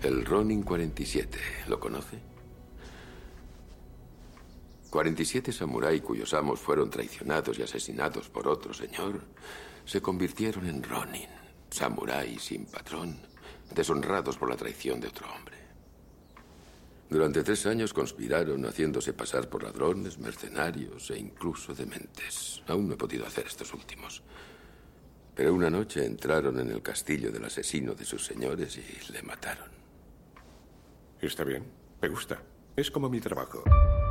El Ronin 47, ¿lo conoce? 47 samurái cuyos amos fueron traicionados y asesinados por otro señor se convirtieron en Ronin, samurái sin patrón, deshonrados por la traición de otro hombre. Durante 3 años conspiraron haciéndose pasar por ladrones, mercenarios e incluso dementes. Aún no he podido hacer estos últimos. Pero una noche entraron en el castillo del asesino de sus señores y le mataron. Está bien, me gusta. Es como mi trabajo.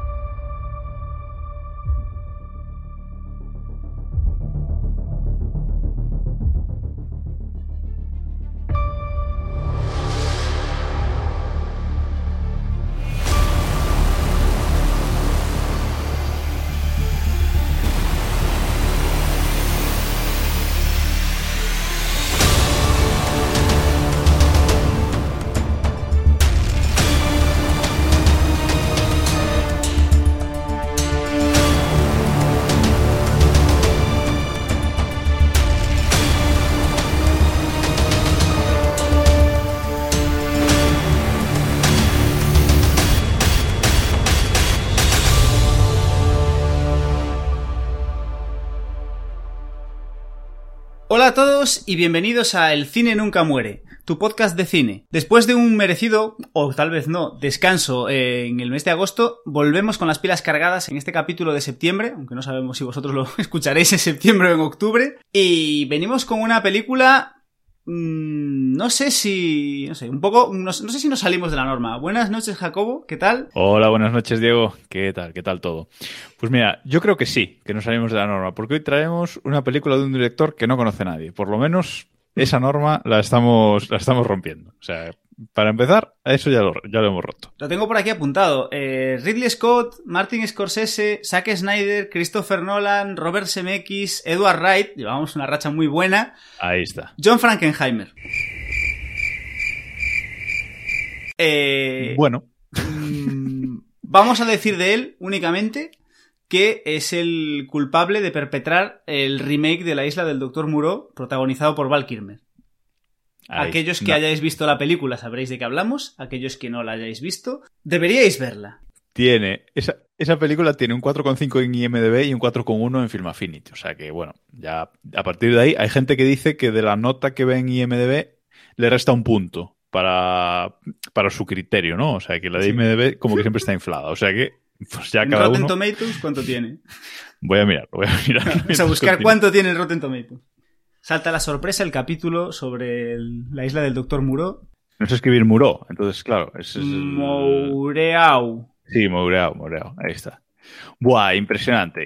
Hola a todos y bienvenidos a El Cine Nunca Muere, tu podcast de cine. Después de un merecido, o tal vez no, descanso en el mes de agosto, volvemos con las pilas cargadas en este capítulo de septiembre, aunque no sabemos si vosotros lo escucharéis en septiembre o en octubre, y venimos con una película... No sé si nos salimos de la norma. Buenas noches, Jacobo, ¿qué tal? Hola, buenas noches, Diego. ¿Qué tal todo? Pues mira, yo creo que sí, que nos salimos de la norma, porque hoy traemos una película de un director que no conoce nadie. Por lo menos esa norma la estamos rompiendo. O sea, para empezar, eso ya lo hemos roto. Lo tengo por aquí apuntado. Ridley Scott, Martin Scorsese, Zack Snyder, Christopher Nolan, Robert Zemeckis, Edward Wright. Llevamos una racha muy buena. Ahí está. John Frankenheimer. Bueno. Vamos a decir de él únicamente que es el culpable de perpetrar el remake de La Isla del Dr. Moreau, protagonizado por Val Kilmer. Aquellos que hayáis visto la película sabréis de qué hablamos. Aquellos que no la hayáis visto, deberíais verla. Esa película tiene un 4,5 en IMDb y un 4,1 en Film Affinity. O sea que, bueno, ya a partir de ahí hay gente que dice que de la nota que ve en IMDb le resta un punto para su criterio, ¿no? O sea que la de IMDb como que siempre está inflada. O sea que, pues ya cada Rotten uno... Tomatoes, ¿cuánto tiene? Voy a mirar. Vamos a buscar cuánto tiene el Rotten Tomatoes. Salta la sorpresa el capítulo sobre la isla del Dr. Moreau. No sé escribir Moreau, entonces, claro. Moreau. Sí, Moreau. Ahí está. Buah, impresionante.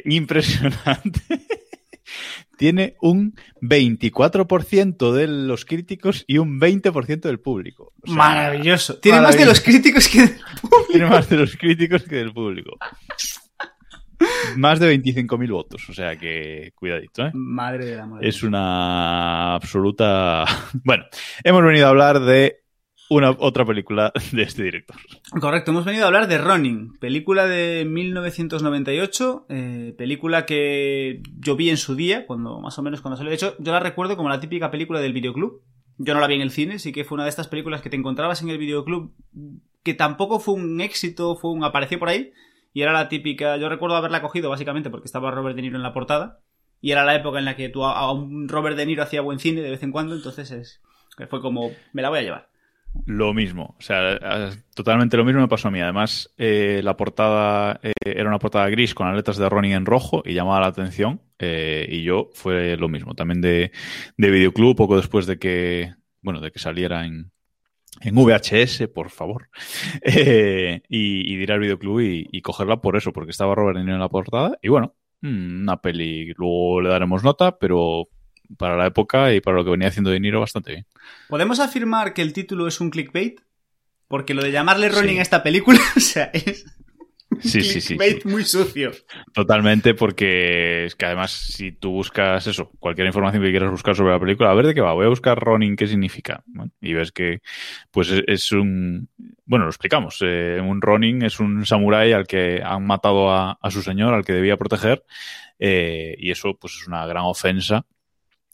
Tiene un 24% de los críticos y un 20% del público. O sea, maravilloso. Tiene más de los críticos que del público. Tiene más de los críticos que del público. Más de 25.000 votos, o sea que cuidadito, ¿eh? Madre de la madre. Es una absoluta... Bueno, hemos venido a hablar de otra película de este director. Correcto, hemos venido a hablar de Ronin, película de 1998, película que yo vi en su día, más o menos cuando salió. De hecho, yo la recuerdo como la típica película del videoclub. Yo no la vi en el cine, sí que fue una de estas películas que te encontrabas en el videoclub, que tampoco fue un éxito, apareció por ahí. Y era la típica... Yo recuerdo haberla cogido básicamente porque estaba Robert De Niro en la portada. Y era la época en la que a un Robert De Niro hacía buen cine de vez en cuando. Entonces fue como... Me la voy a llevar. Lo mismo. O sea, totalmente lo mismo me pasó a mí. Además, la portada era una portada gris con las letras de Ronin en rojo y llamaba la atención. Y yo fue lo mismo. También de videoclub, poco después de que saliera en VHS, por favor, y ir al videoclub y cogerla por eso, porque estaba Robert De Niro en la portada. Y bueno, una peli, luego le daremos nota, pero para la época y para lo que venía haciendo De Niro, bastante bien. ¿Podemos afirmar que el título es un clickbait? Porque lo de llamarle Ronin a esta película, o sea, es... Sí. Clickbait muy sucio. Totalmente, porque es que además si tú buscas eso, cualquier información que quieras buscar sobre la película, a ver de qué va, voy a buscar Ronin, ¿qué significa? Bueno, y ves que pues es un... Bueno, lo explicamos. Un Ronin es un samurái al que han matado a su señor, al que debía proteger, y eso pues es una gran ofensa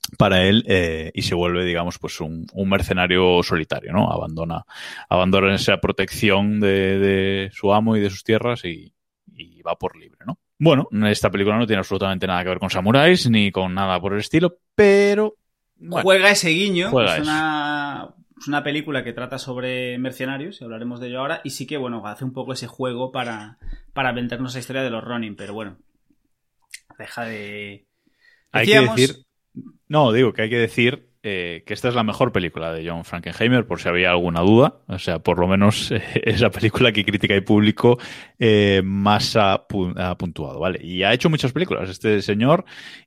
para él y se vuelve, digamos, pues un mercenario solitario, ¿no? Abandona esa protección de su amo y de sus tierras y va por libre, ¿no? Bueno, esta película no tiene absolutamente nada que ver con samuráis ni con nada por el estilo, pero... Bueno, juega ese guiño, juega es una película que trata sobre mercenarios, y hablaremos de ello ahora, y sí que, bueno, hace un poco ese juego para vendernos la historia de los Ronin, pero bueno, deja de... Decíamos... Hay que decir... No, digo que hay que decir que esta es la mejor película de John Frankenheimer, por si había alguna duda. O sea, por lo menos es la película que crítica y público más ha puntuado, ¿vale? Y ha hecho muchas películas este señor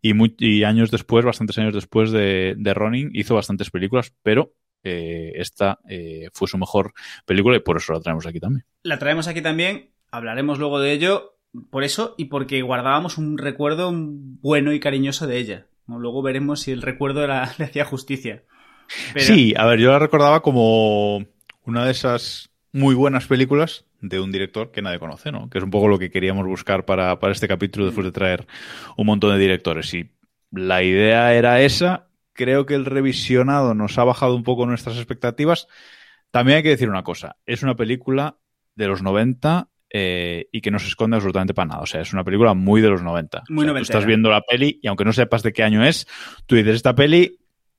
y años después, bastantes años después de Ronin, hizo bastantes películas, pero esta fue su mejor película y por eso la traemos aquí también. La traemos aquí también, hablaremos luego de ello, por eso y porque guardábamos un recuerdo bueno y cariñoso de ella. Luego veremos si el recuerdo le hacía justicia. Pero... Sí, a ver, yo la recordaba como una de esas muy buenas películas de un director que nadie conoce, ¿no? Que es un poco lo que queríamos buscar para este capítulo después de traer un montón de directores. Y la idea era esa. Creo que el revisionado nos ha bajado un poco nuestras expectativas. También hay que decir una cosa. Es una película de los 90... y que no se esconde absolutamente para nada. O sea, es una película muy de los 90. Muy noventera. Tú estás viendo la peli y aunque no sepas de qué año es, tú dices, esta peli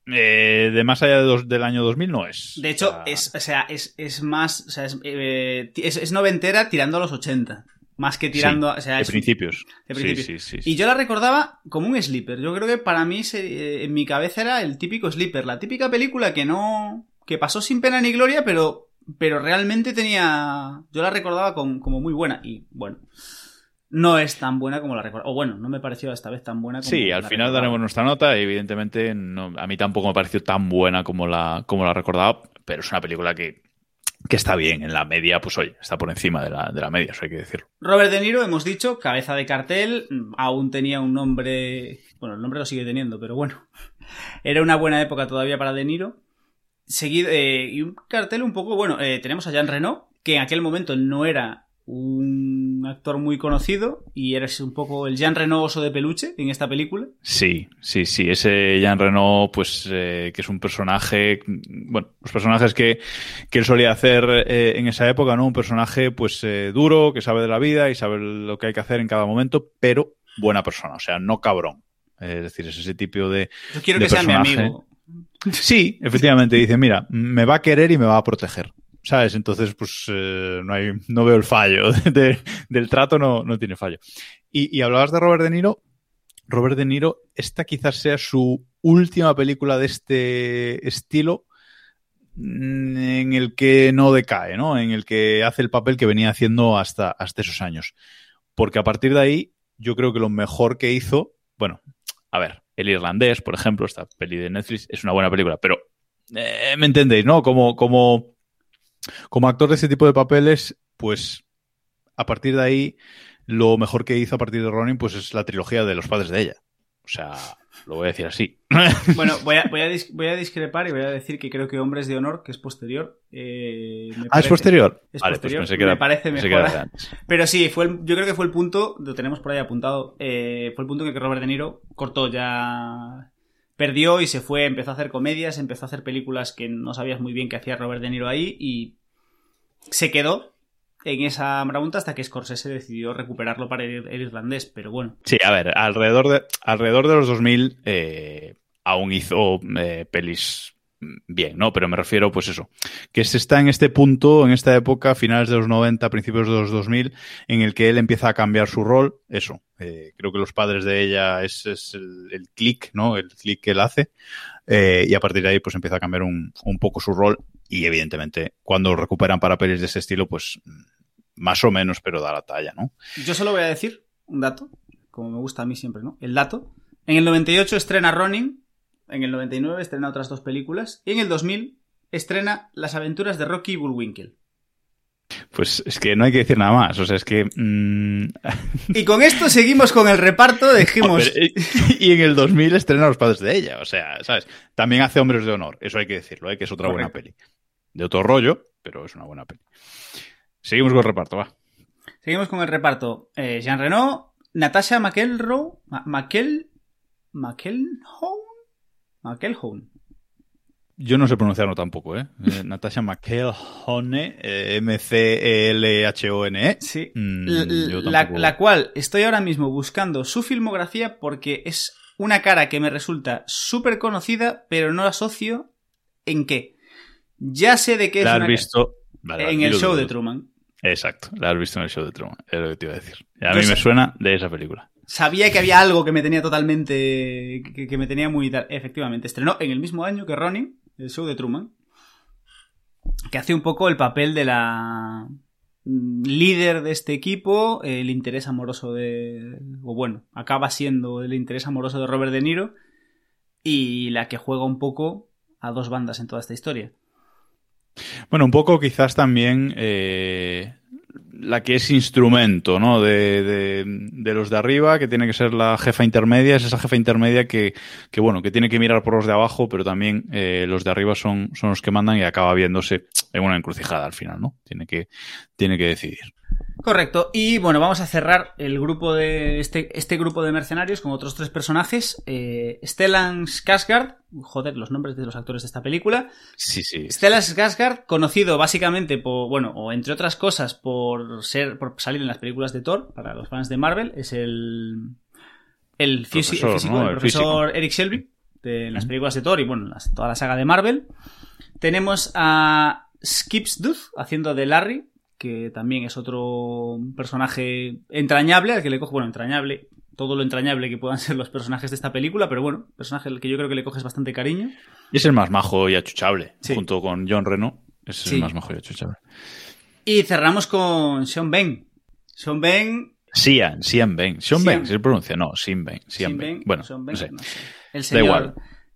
de más allá del año 2000 no es. De hecho, es más... O sea, es noventera tirando a los 80. Más que tirando... Sí, o sea, de principios. De principios. Sí. Y yo la recordaba como un sleeper. Yo creo que para mí, en mi cabeza, era el típico sleeper. La típica película que pasó sin pena ni gloria, pero realmente tenía... Yo la recordaba como muy buena. Y bueno, no es tan buena como la recordaba. O bueno, no me pareció esta vez tan buena como sí, al final daremos nuestra nota. Y evidentemente a mí tampoco me pareció tan buena como la recordaba. Pero es una película que está bien. En la media, pues oye, está por encima de la media, eso hay que decirlo. Robert De Niro, hemos dicho, cabeza de cartel. Aún tenía un nombre... Bueno, el nombre lo sigue teniendo, pero bueno. Era una buena época todavía para De Niro. Seguido, y un cartel un poco, bueno, tenemos a Jean Reno, que en aquel momento no era un actor muy conocido y eres un poco el Jean Reno oso de peluche en esta película. Sí, ese Jean Reno, pues que es un personaje, bueno, los personajes que él solía hacer en esa época, ¿no? Un personaje pues duro, que sabe de la vida y sabe lo que hay que hacer en cada momento, pero buena persona, o sea, no cabrón. Es decir, es ese tipo de... Yo quiero que sea mi amigo. Sí, efectivamente, dice, mira, me va a querer y me va a proteger, ¿sabes? Entonces, pues no veo el fallo del trato, no tiene fallo. Y hablabas de Robert De Niro. Robert De Niro, esta quizás sea su última película de este estilo en el que no decae, ¿no? En el que hace el papel que venía haciendo hasta esos años. Porque a partir de ahí, yo creo que lo mejor que hizo, bueno, a ver, El Irlandés, por ejemplo, esta peli de Netflix, es una buena película, pero me entendéis, ¿no? Como actor de este tipo de papeles, pues a partir de ahí, lo mejor que hizo a partir de Ronin, pues es la trilogía de Los padres de ella. O sea, lo voy a decir así. Bueno, voy a discrepar y voy a decir que creo que Hombres de Honor, que es posterior. ¿Es posterior? Es vale, posterior, pues pensé que era, me parece mejor. Pero sí, yo creo que fue el punto, lo tenemos por ahí apuntado, fue el punto en el que Robert De Niro cortó ya... Perdió y se fue, empezó a hacer comedias, empezó a hacer películas que no sabías muy bien qué hacía Robert De Niro ahí y se quedó en esa marabunta hasta que Scorsese decidió recuperarlo para el irlandés, pero bueno. Sí, a ver, alrededor de los 2000 aún hizo pelis bien, ¿no? Pero me refiero, pues eso, que se está en este punto, en esta época, finales de los 90, principios de los 2000, en el que él empieza a cambiar su rol, eso. Creo que Los padres de ella es el click, ¿no? El click que él hace. Y a partir de ahí, pues empieza a cambiar un poco su rol. Y evidentemente, cuando lo recuperan para pelis de ese estilo, pues más o menos, pero da la talla, ¿no? Yo solo voy a decir un dato, como me gusta a mí siempre, ¿no? El dato. En el 98 estrena Ronin, en el 99 estrena otras dos películas, y en el 2000 estrena Las aventuras de Rocky y Bullwinkle. Pues es que no hay que decir nada más, o sea, es que... Y con esto seguimos con el reparto, dijimos... Y en el 2000 estrena Los padres de ella, o sea, ¿sabes? También hace Hombres de Honor, eso hay que decirlo, que es otra buena peli. De otro rollo, pero es una buena peli. Seguimos con el reparto, va. Seguimos con el reparto. Jean Reno, Natasha McElhone. McElhone. Yo no sé pronunciarlo tampoco, ¿eh? Natasha McElhone, McElhone. Sí. Yo tampoco. La cual estoy ahora mismo buscando su filmografía porque es una cara que me resulta súper conocida, pero no la asocio en qué. Ya sé de qué es ¿La has una visto? Vale, en el show de Truman. Exacto, la has visto en el show de Truman, es lo que te iba a decir. A Yo mí me suena de esa película. Sabía que había algo que me tenía totalmente... que me tenía muy... Efectivamente, estrenó en el mismo año que Ronin, el show de Truman, que hace un poco el papel de la líder de este equipo, el interés amoroso de... o bueno, acaba siendo el interés amoroso de Robert De Niro y la que juega un poco a dos bandas en toda esta historia. Bueno, un poco quizás también la que es instrumento, ¿no? De los de arriba, que tiene que ser la jefa intermedia, es esa jefa intermedia que bueno, que tiene que mirar por los de abajo, pero también los de arriba son los que mandan y acaba viéndose en una encrucijada al final, ¿no? Tiene que decidir. Correcto, y bueno, vamos a cerrar el grupo de este grupo de mercenarios con otros 3 personajes. Stellan Skarsgård, joder, los nombres de los actores de esta película. Sí. Stellan Skarsgård, conocido básicamente por, bueno, o entre otras cosas, por salir en las películas de Thor, para los fans de Marvel, es el profesor Eric Selvig de las películas de Thor y bueno, toda la saga de Marvel. Tenemos a Skips Duff haciendo de Larry, que también es otro personaje entrañable, al que le coge, bueno, entrañable, todo lo entrañable que puedan ser los personajes de esta película, pero bueno, personaje al que yo creo que le coges bastante cariño. Y es el más majo y achuchable, sí. Junto con John Reno, es el más majo y achuchable. Y cerramos con Sean Ben. Sean Ben... Sean Ben, ¿se pronuncia? No, Sean Ben. Bueno, Sean Ben, no sé. No sé. El señor...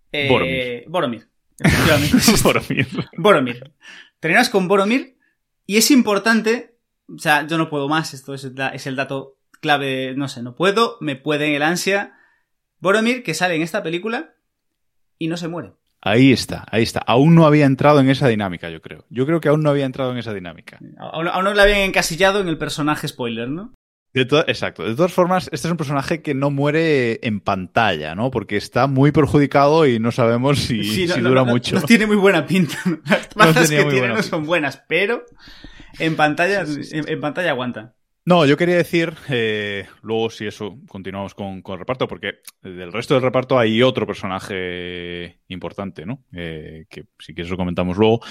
Boromir. Efectivamente. Boromir. Terminamos con Boromir. Y es importante, o sea, yo no puedo más, esto es el dato clave, no sé, no puedo, me puede en el ansia. Boromir, que sale en esta película y no se muere. Ahí está. Aún no había entrado en esa dinámica, yo creo. Yo creo que aún no había entrado en esa dinámica. Aún no le habían encasillado en el personaje spoiler, ¿no? Exacto. De todas formas, este es un personaje que no muere en pantalla, ¿no? Porque está muy perjudicado y no sabemos si dura mucho. No tiene muy buena pinta. Las bazas que tiene no son buenas, pero en pantalla, en pantalla aguanta. No, yo quería decir, luego si eso continuamos con el reparto, porque del resto del reparto hay otro personaje importante, ¿no? Que si quieres lo comentamos luego.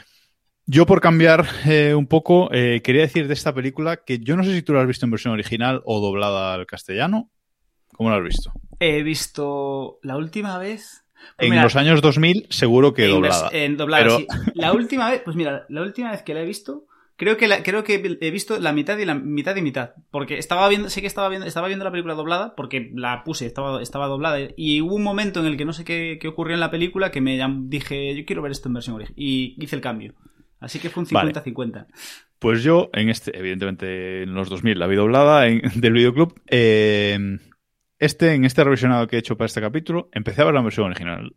Yo, por cambiar un poco, quería decir de esta película que yo no sé si tú la has visto en versión original o doblada al castellano. ¿Cómo la has visto? He visto la última vez... Pues en los años 2000 seguro que doblada. Doblada, pero... sí. La última vez, pues mira, la última vez que la he visto, creo que he visto la mitad y mitad. Porque estaba viendo la película doblada, porque la puse, estaba doblada, y hubo un momento en el que no sé qué ocurrió en la película que dije, yo quiero ver esto en versión original. Y hice el cambio. Así que fue un 50-50. Vale. Pues yo, evidentemente en los 2000 la vi doblada del videoclub. En este revisionado que he hecho para este capítulo, empecé a ver la versión original.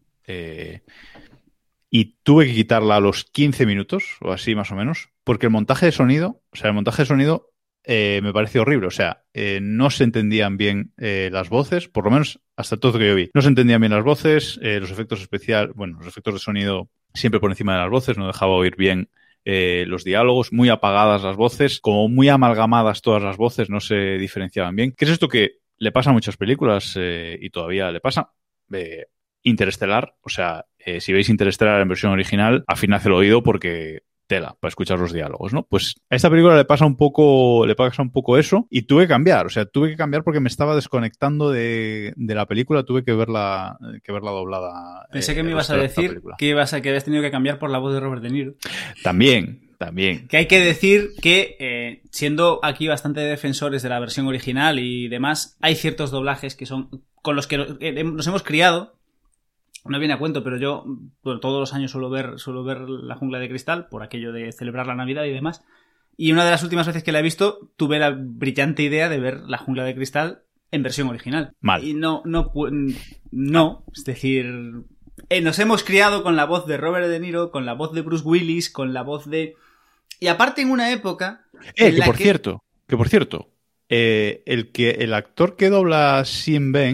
Y tuve que quitarla a los 15 minutos, o así más o menos, porque el montaje de sonido me pareció horrible. O sea, no se entendían bien las voces, por lo menos hasta todo lo que yo vi. No se entendían bien las voces, los efectos especiales, bueno, los efectos de sonido siempre por encima de las voces, no dejaba oír bien los diálogos, muy apagadas las voces, como muy amalgamadas todas las voces, no se diferenciaban bien. ¿Qué es esto que le pasa a muchas películas y todavía le pasa? Interestelar, o sea, si veis Interestelar en versión original, afinad el oído porque tela para escuchar los diálogos, ¿no? Pues a esta película le pasa un poco eso y tuve que cambiar, porque me estaba desconectando de la película, tuve que verla doblada. Pensé que me ibas a decir que habías tenido que cambiar por la voz de Robert De Niro. También. Que hay que decir que, siendo aquí bastante defensores de la versión original y demás, hay ciertos doblajes que son con los que nos hemos criado. No viene a cuento, pero yo todos los años suelo ver La Jungla de Cristal por aquello de celebrar la Navidad y demás. Y una de las últimas veces que la he visto, tuve la brillante idea de ver La Jungla de Cristal en versión original. Mal. Y no, es decir, nos hemos criado con la voz de Robert De Niro, con la voz de Bruce Willis, con la voz de... Y aparte en una época... Por cierto, el actor que dobla a Sean Ben...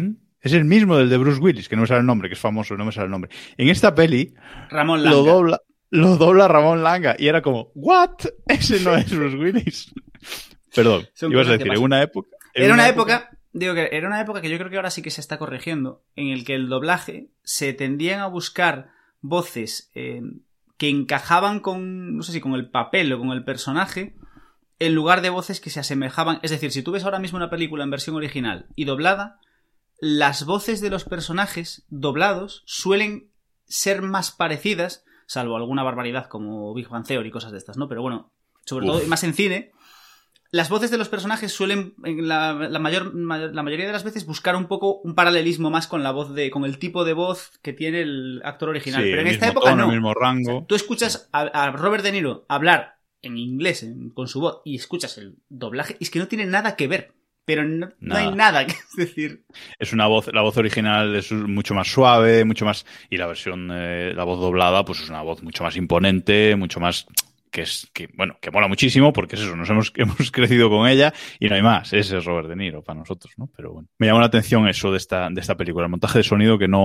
Es el mismo del de Bruce Willis, que no me sale el nombre, que es famoso, no me sale el nombre. En esta peli Ramón Langa. Lo dobla Ramón Langa. Y era como, ¿what? Ese no es Bruce Willis. Perdón, ibas a decir, en una época... Era una época que yo creo que ahora sí que se está corrigiendo, en el que el doblaje se tendían a buscar voces que encajaban con, no sé si con el papel o con el personaje, en lugar de voces que se asemejaban. Es decir, si tú ves ahora mismo una película en versión original y doblada, las voces de los personajes doblados suelen ser más parecidas, salvo alguna barbaridad como Big Bang Theory y cosas de estas, ¿no? Pero bueno, sobre todo, más en cine, las voces de los personajes suelen, la mayoría de las veces, buscar un poco un paralelismo más con la voz con el tipo de voz que tiene el actor original. Sí, pero en esta época no. El mismo rango. O sea, tú escuchas a Robert De Niro hablar en inglés con su voz y escuchas el doblaje y es que no tiene nada que ver. Pero no hay nada que decir. Es una voz, la voz original es mucho más suave, mucho más, y la versión, la voz doblada, pues es una voz mucho más imponente, mucho más, que mola muchísimo, porque es eso, hemos crecido con ella y no hay más. Ese es Robert De Niro para nosotros, ¿no? Pero bueno, me llamó la atención eso de esta película, el montaje de sonido que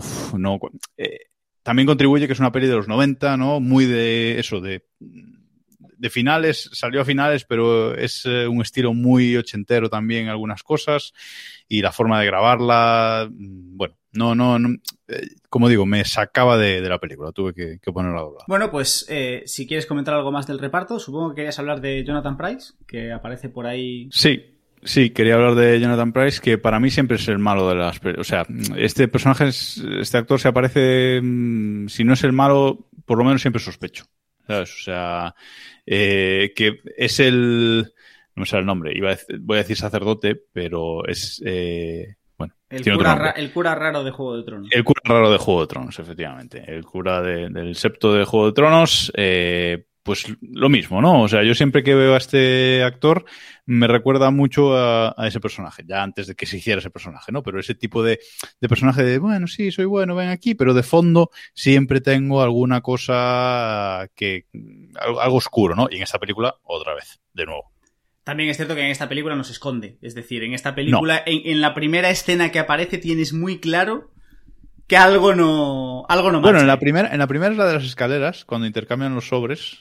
también contribuye que es una peli de los 90, ¿no? Muy de eso, de finales, salió a finales, pero es un estilo muy ochentero también en algunas cosas, y la forma de grabarla, bueno, no como digo, me sacaba de la película, tuve que ponerla doblada. Bueno, pues si quieres comentar algo más del reparto, supongo que querías hablar de Jonathan Pryce, que aparece por ahí. Sí, quería hablar de Jonathan Pryce, que para mí siempre es el malo de las películas. O sea, este actor se aparece, si no es el malo, por lo menos siempre sospecho, ¿sabes? O sea, que es no me sale el nombre, voy a decir sacerdote, pero es bueno, el cura raro de Juego de Tronos. El cura raro de Juego de Tronos, efectivamente. El cura del septo de Juego de Tronos, pues lo mismo, ¿no? O sea, yo siempre que veo a este actor me recuerda mucho a ese personaje, ya antes de que se hiciera ese personaje, ¿no? Pero ese tipo de personaje de, bueno, sí, soy bueno, ven aquí, pero de fondo siempre tengo alguna cosa algo oscuro, ¿no? Y en esta película, otra vez, de nuevo. También es cierto que en esta película no se esconde. Es decir, en esta película, en la primera escena que aparece, tienes muy claro que algo no marcha. Bueno, en la primera es la de las escaleras, cuando intercambian los sobres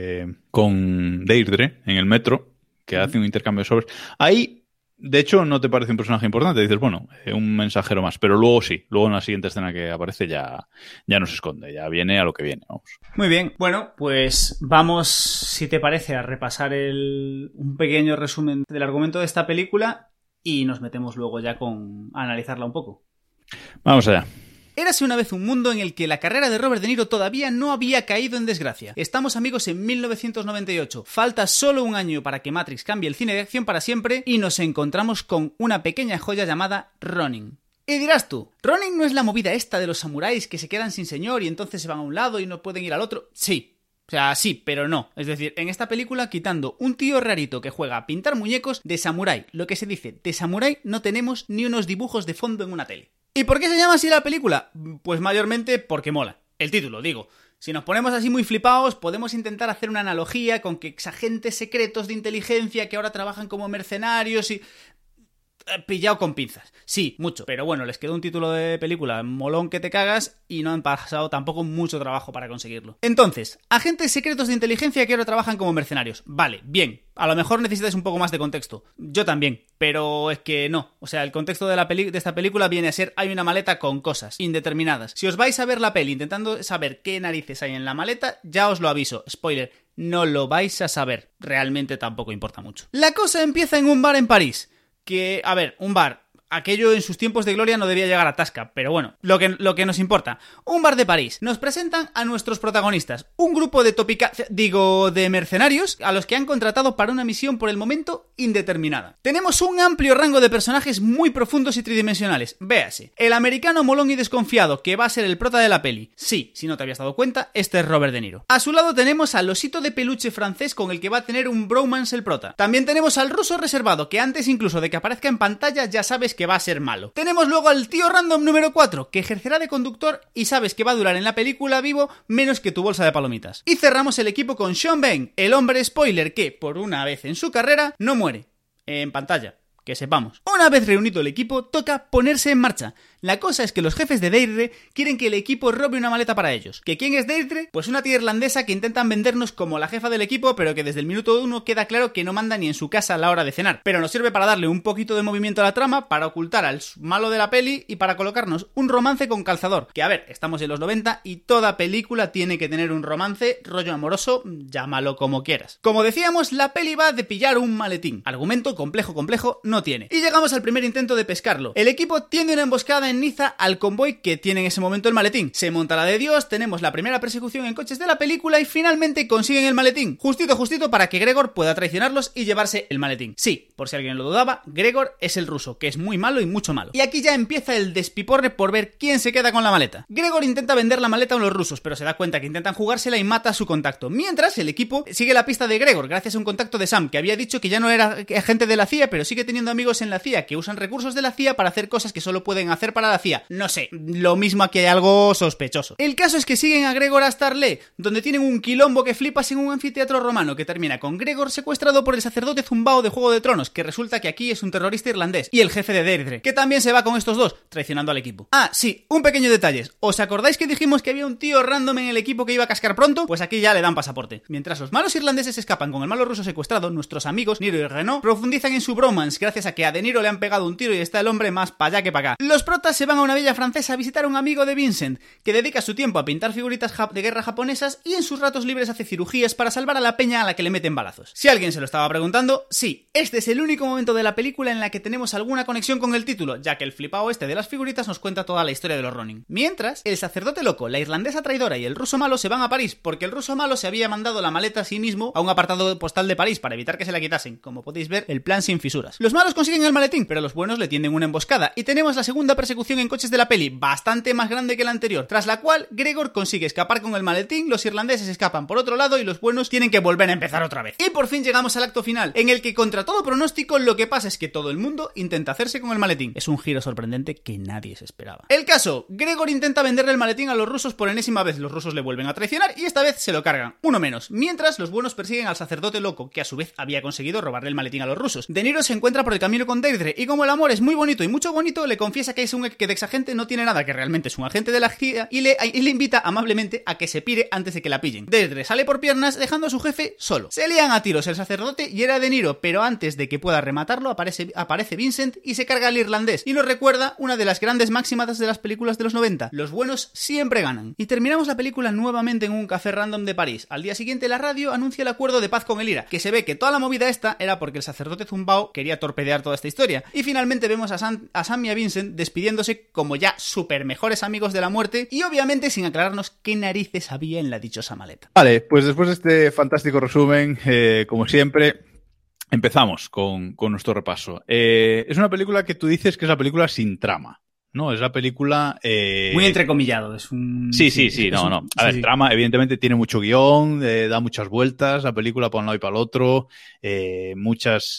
con Deirdre en el metro, que hace un intercambio de sobres. Ahí, de hecho, no te parece un personaje importante. Dices, bueno, un mensajero más. Pero luego sí, luego en la siguiente escena que aparece ya no se esconde, ya viene a lo que viene, vamos. Muy bien, bueno, pues vamos, si te parece, a repasar un pequeño resumen del argumento de esta película y nos metemos luego ya a analizarla un poco. Vamos allá. Érase una vez un mundo en el que la carrera de Robert De Niro todavía no había caído en desgracia. Estamos, amigos, en 1998. Falta solo un año para que Matrix cambie el cine de acción para siempre y nos encontramos con una pequeña joya llamada Ronin. Y dirás tú, ¿Ronin no es la movida esta de los samuráis que se quedan sin señor y entonces se van a un lado y no pueden ir al otro? Sí. O sea, sí, pero no. Es decir, en esta película, quitando un tío rarito que juega a pintar muñecos, de samurái, lo que se dice de samurái, no tenemos ni unos dibujos de fondo en una tele. ¿Y por qué se llama así la película? Pues mayormente porque mola. El título, digo. Si nos ponemos así muy flipados, podemos intentar hacer una analogía con que exagentes secretos de inteligencia que ahora trabajan como mercenarios y... Pillado con pinzas. Sí, mucho. Pero bueno, les quedó un título de película molón que te cagas y no han pasado tampoco mucho trabajo para conseguirlo. Entonces, agentes secretos de inteligencia que ahora trabajan como mercenarios. Vale, bien. A lo mejor necesitas un poco más de contexto. Yo también. Pero es que no. O sea, el contexto de esta película viene a ser: hay una maleta con cosas indeterminadas. Si os vais a ver la peli intentando saber qué narices hay en la maleta, ya os lo aviso. Spoiler. No lo vais a saber. Realmente tampoco importa mucho. La cosa empieza en un bar en París. Que, a ver, un bar, aquello en sus tiempos de gloria no debía llegar a Tasca, pero bueno, lo que nos importa. Un bar de París. Nos presentan a nuestros protagonistas. Un grupo de mercenarios a los que han contratado para una misión por el momento indeterminada. Tenemos un amplio rango de personajes muy profundos y tridimensionales. Véase. El americano molón y desconfiado, que va a ser el prota de la peli. Sí, si no te habías dado cuenta, este es Robert De Niro. A su lado tenemos al osito de peluche francés con el que va a tener un bromance el prota. También tenemos al ruso reservado, que antes incluso de que aparezca en pantalla ya sabes que va a ser malo. Tenemos luego al tío random número 4, que ejercerá de conductor y sabes que va a durar en la película vivo menos que tu bolsa de palomitas. Y cerramos el equipo con Sean Bean, el hombre spoiler que, por una vez en su carrera, no muere. En pantalla. que sepamos. Una vez reunido el equipo, toca ponerse en marcha. La cosa es que los jefes de Deirdre quieren que el equipo robe una maleta para ellos. ¿Que quién es Deirdre? Pues una tía irlandesa que intentan vendernos como la jefa del equipo, pero que desde el minuto 1 queda claro que no manda ni en su casa a la hora de cenar. Pero nos sirve para darle un poquito de movimiento a la trama, para ocultar al malo de la peli y para colocarnos un romance con calzador. Que a ver, estamos en los 90 y toda película tiene que tener un romance, rollo amoroso, llámalo como quieras. Como decíamos, la peli va de pillar un maletín. Argumento complejo no tiene. Y llegamos al primer intento de pescarlo. El equipo tiende una emboscada en Niza al convoy que tiene en ese momento el maletín. Se monta la de Dios, tenemos la primera persecución en coches de la película y finalmente consiguen el maletín. Justito para que Gregor pueda traicionarlos y llevarse el maletín. Sí, por si alguien lo dudaba, Gregor es el ruso, que es muy malo y mucho malo. Y aquí ya empieza el despiporre por ver quién se queda con la maleta. Gregor intenta vender la maleta a los rusos, pero se da cuenta que intentan jugársela y mata a su contacto. Mientras, el equipo sigue la pista de Gregor gracias a un contacto de Sam, que había dicho que ya no era agente de la CIA, pero sigue teniendo amigos en la CIA que usan recursos de la CIA para hacer cosas que solo pueden hacer para la CIA. No sé, lo mismo, aquí hay algo sospechoso. El caso es que siguen a Gregor hasta Arlé, donde tienen un quilombo que flipas en un anfiteatro romano que termina con Gregor secuestrado por el sacerdote zumbao de Juego de Tronos, que resulta que aquí es un terrorista irlandés, y el jefe de Deirdre, que también se va con estos dos, traicionando al equipo. Ah, sí, un pequeño detalle. ¿Os acordáis que dijimos que había un tío random en el equipo que iba a cascar pronto? Pues aquí ya le dan pasaporte. Mientras los malos irlandeses escapan con el malo ruso secuestrado, nuestros amigos Niro y Renault profundizan en su bromance gracias a que a De Niro le han pegado un tiro y está el hombre más pa' allá que pa' acá. Los protas se van a una villa francesa a visitar a un amigo de Vincent, que dedica su tiempo a pintar figuritas de guerra japonesas y en sus ratos libres hace cirugías para salvar a la peña a la que le meten balazos. Si alguien se lo estaba preguntando, sí, este es el único momento de la película en la que tenemos alguna conexión con el título, ya que el flipao este de las figuritas nos cuenta toda la historia de los Ronin. Mientras, el sacerdote loco, la irlandesa traidora y el ruso malo se van a París, porque el ruso malo se había mandado la maleta a sí mismo a un apartado postal de París para evitar que se la quitasen. Como podéis ver, el plan sin fisuras. Los malos consiguen el maletín, pero los buenos le tienden una emboscada, y tenemos la segunda persecución en coches de la peli, bastante más grande que la anterior, tras la cual Gregor consigue escapar con el maletín, los irlandeses escapan por otro lado y los buenos tienen que volver a empezar otra vez. Y por fin llegamos al acto final, en el que contra todo pronóstico lo que pasa es que todo el mundo intenta hacerse con el maletín. Es un giro sorprendente que nadie se esperaba. El caso, Gregor intenta venderle el maletín a los rusos por enésima vez, los rusos le vuelven a traicionar y esta vez se lo cargan, uno menos, mientras los buenos persiguen al sacerdote loco, que a su vez había conseguido robarle el maletín a los rusos. De Niro se encuentra por el camino con Deirdre y como el amor es muy bonito y mucho bonito, le confiesa que es un exagente, no tiene nada, que realmente es un agente de la CIA y le invita amablemente a que se pire antes de que la pillen. Deirdre sale por piernas dejando a su jefe solo. Se lían a tiros el sacerdote y era De Niro, pero antes de que pueda rematarlo aparece Vincent y se carga al irlandés y nos recuerda una de las grandes máximas de las películas de los 90: los buenos siempre ganan. Y terminamos la película nuevamente en un café random de París. Al día siguiente la radio anuncia el acuerdo de paz con el IRA, que se ve que toda la movida esta era porque el sacerdote zumbao quería torpedear toda esta historia. Y finalmente vemos a Sam y a Vincent despidiéndose como ya super mejores amigos de la muerte y obviamente sin aclararnos qué narices había en la dichosa maleta. Vale, pues después de este fantástico resumen, como siempre, empezamos con nuestro repaso. Es una película que tú dices que es la película sin trama, ¿no? Es la película... Muy entrecomillado, es un... Sí, no. A ver, sí. Trama, evidentemente, tiene mucho guión, da muchas vueltas, la película para un lado y para el otro, muchas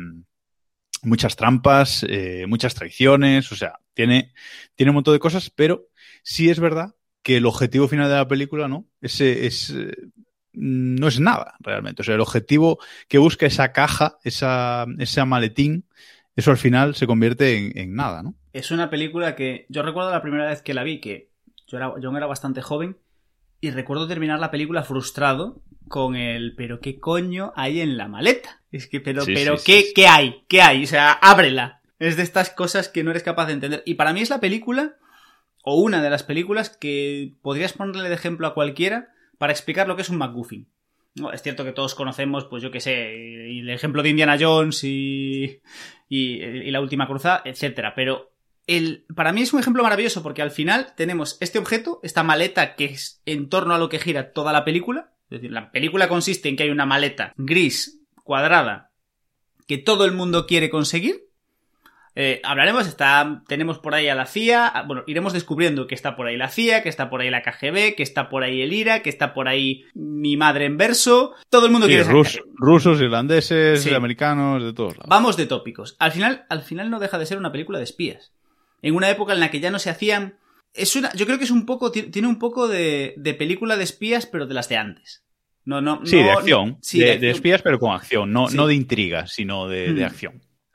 trampas, muchas traiciones, o sea, tiene un montón de cosas, pero sí es verdad que el objetivo final de la película, ¿no? No es nada, realmente. O sea, el objetivo que busca esa caja, ese maletín, eso al final se convierte en nada, ¿no? Es una película que yo recuerdo la primera vez que la vi, que yo era bastante joven, y recuerdo terminar la película frustrado con el ¿pero qué coño hay en la maleta? Es que, ¿qué hay? ¿Qué hay? O sea, ábrela. Es de estas cosas que no eres capaz de entender. Y para mí es la película, o una de las películas, que podrías ponerle de ejemplo a cualquiera para explicar lo que es un MacGuffin. No, es cierto que todos conocemos, pues yo qué sé, el ejemplo de Indiana Jones y la última cruzada, etcétera, pero para mí es un ejemplo maravilloso porque al final tenemos este objeto, esta maleta que es en torno a lo que gira toda la película. Es decir, la película consiste en que hay una maleta gris, cuadrada, que todo el mundo quiere conseguir. Hablaremos, tenemos por ahí a la CIA, bueno, iremos descubriendo que está por ahí la CIA, que está por ahí la KGB, que está por ahí el IRA, que está por ahí mi madre en verso, todo el mundo quiere saber. Rusos, irlandeses, sí, americanos, de todos lados. Vamos de tópicos. Al final no deja de ser una película de espías. En una época en la que ya no se hacían... yo creo que es un poco, tiene un poco de película de espías, pero de las de antes. Sí, de acción. Sí, de espías, pero con acción. No, sí. No de intriga, sino de acción.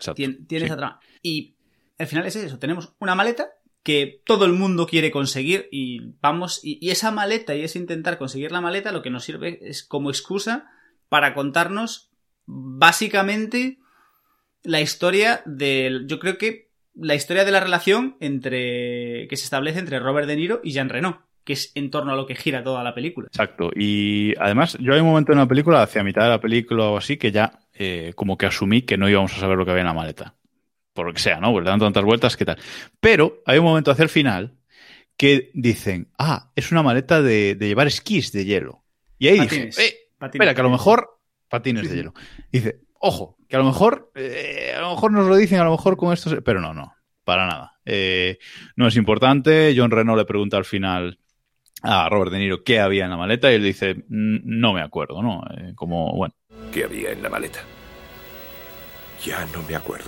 Exacto. Tiene esa trama. Y al final es eso. Tenemos una maleta que todo el mundo quiere conseguir y vamos... Y esa maleta y ese intentar conseguir la maleta lo que nos sirve es como excusa para contarnos básicamente la historia del... Yo creo que la historia de la relación que se establece entre Robert De Niro y Jean Reno, que es en torno a lo que gira toda la película. Exacto. Y además, yo hay un momento en la película, hacia mitad de la película o así, que ya como que asumí que no íbamos a saber lo que había en la maleta. Por lo que sea, ¿no? Porque dan tantas vueltas, ¿qué tal? Pero hay un momento hacia el final que dicen, es una maleta de llevar esquís de hielo. Y ahí Patines. dije, espera, que a lo mejor... Patines de hielo. Dice, ojo, que a lo mejor nos lo dicen, a lo mejor con esto... Pero no, para nada. No es importante. John Reno le pregunta al final a Robert De Niro qué había en la maleta y él dice, no me acuerdo, ¿no? Como, bueno. ¿Qué había en la maleta? Ya no me acuerdo.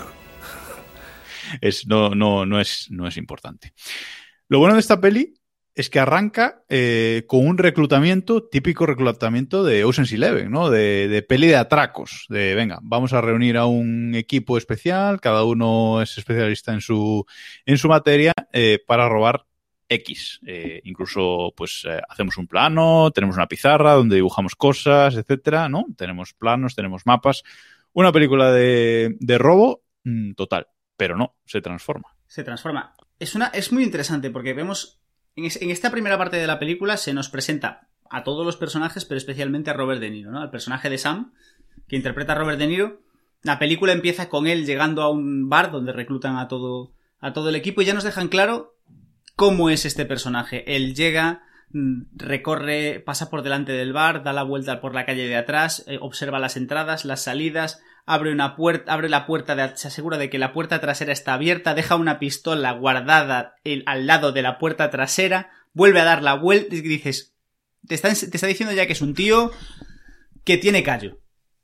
No es importante. Lo bueno de esta peli es que arranca con un reclutamiento, típico reclutamiento de Ocean's Eleven, ¿no? De peli de atracos. De, venga, vamos a reunir a un equipo especial, cada uno es especialista en su materia, para robar X. Incluso, pues, hacemos un plano, tenemos una pizarra donde dibujamos cosas, etcétera, ¿no? Tenemos planos, tenemos mapas. Una película de robo total. Pero no, se transforma. Se transforma. Es muy interesante porque vemos... En esta primera parte de la película se nos presenta a todos los personajes, pero especialmente a Robert De Niro, ¿no? Al personaje de Sam, que interpreta a Robert De Niro. La película empieza con él llegando a un bar donde reclutan a todo el equipo y ya nos dejan claro cómo es este personaje. Él llega, recorre, pasa por delante del bar, da la vuelta por la calle de atrás, observa las entradas, las salidas... Abre la puerta, se asegura de que la puerta trasera está abierta, deja una pistola guardada al lado de la puerta trasera, vuelve a dar la vuelta y dices, te está diciendo ya que es un tío que tiene callo.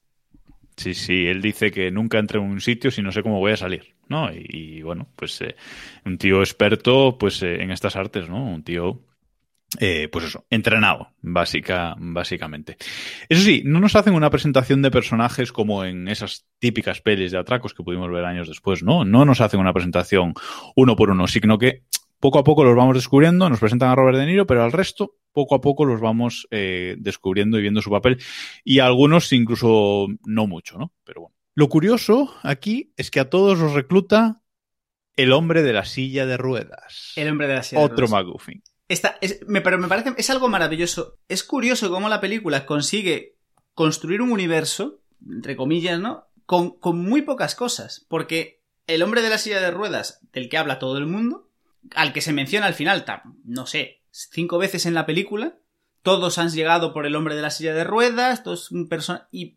Sí, él dice que nunca entré en un sitio si no sé cómo voy a salir, ¿no? Y bueno, pues un tío experto pues en estas artes, ¿no? Un tío... pues eso, entrenado, básicamente. Eso sí, no nos hacen una presentación de personajes como en esas típicas pelis de atracos que pudimos ver años después, ¿no? No nos hacen una presentación uno por uno, sino que poco a poco los vamos descubriendo, nos presentan a Robert De Niro, pero al resto, poco a poco los vamos descubriendo y viendo su papel, y a algunos incluso no mucho, ¿no? Pero bueno. Lo curioso aquí es que a todos los recluta el hombre de la silla de ruedas. El hombre de la silla de ruedas. Otro MacGuffin. Pero me parece, es algo maravilloso. Es curioso cómo la película consigue construir un universo, entre comillas, ¿no? Con muy pocas cosas. Porque el hombre de la silla de ruedas, del que habla todo el mundo, al que se menciona al final, no sé, 5 veces en la película, todos han llegado por el hombre de la silla de ruedas, y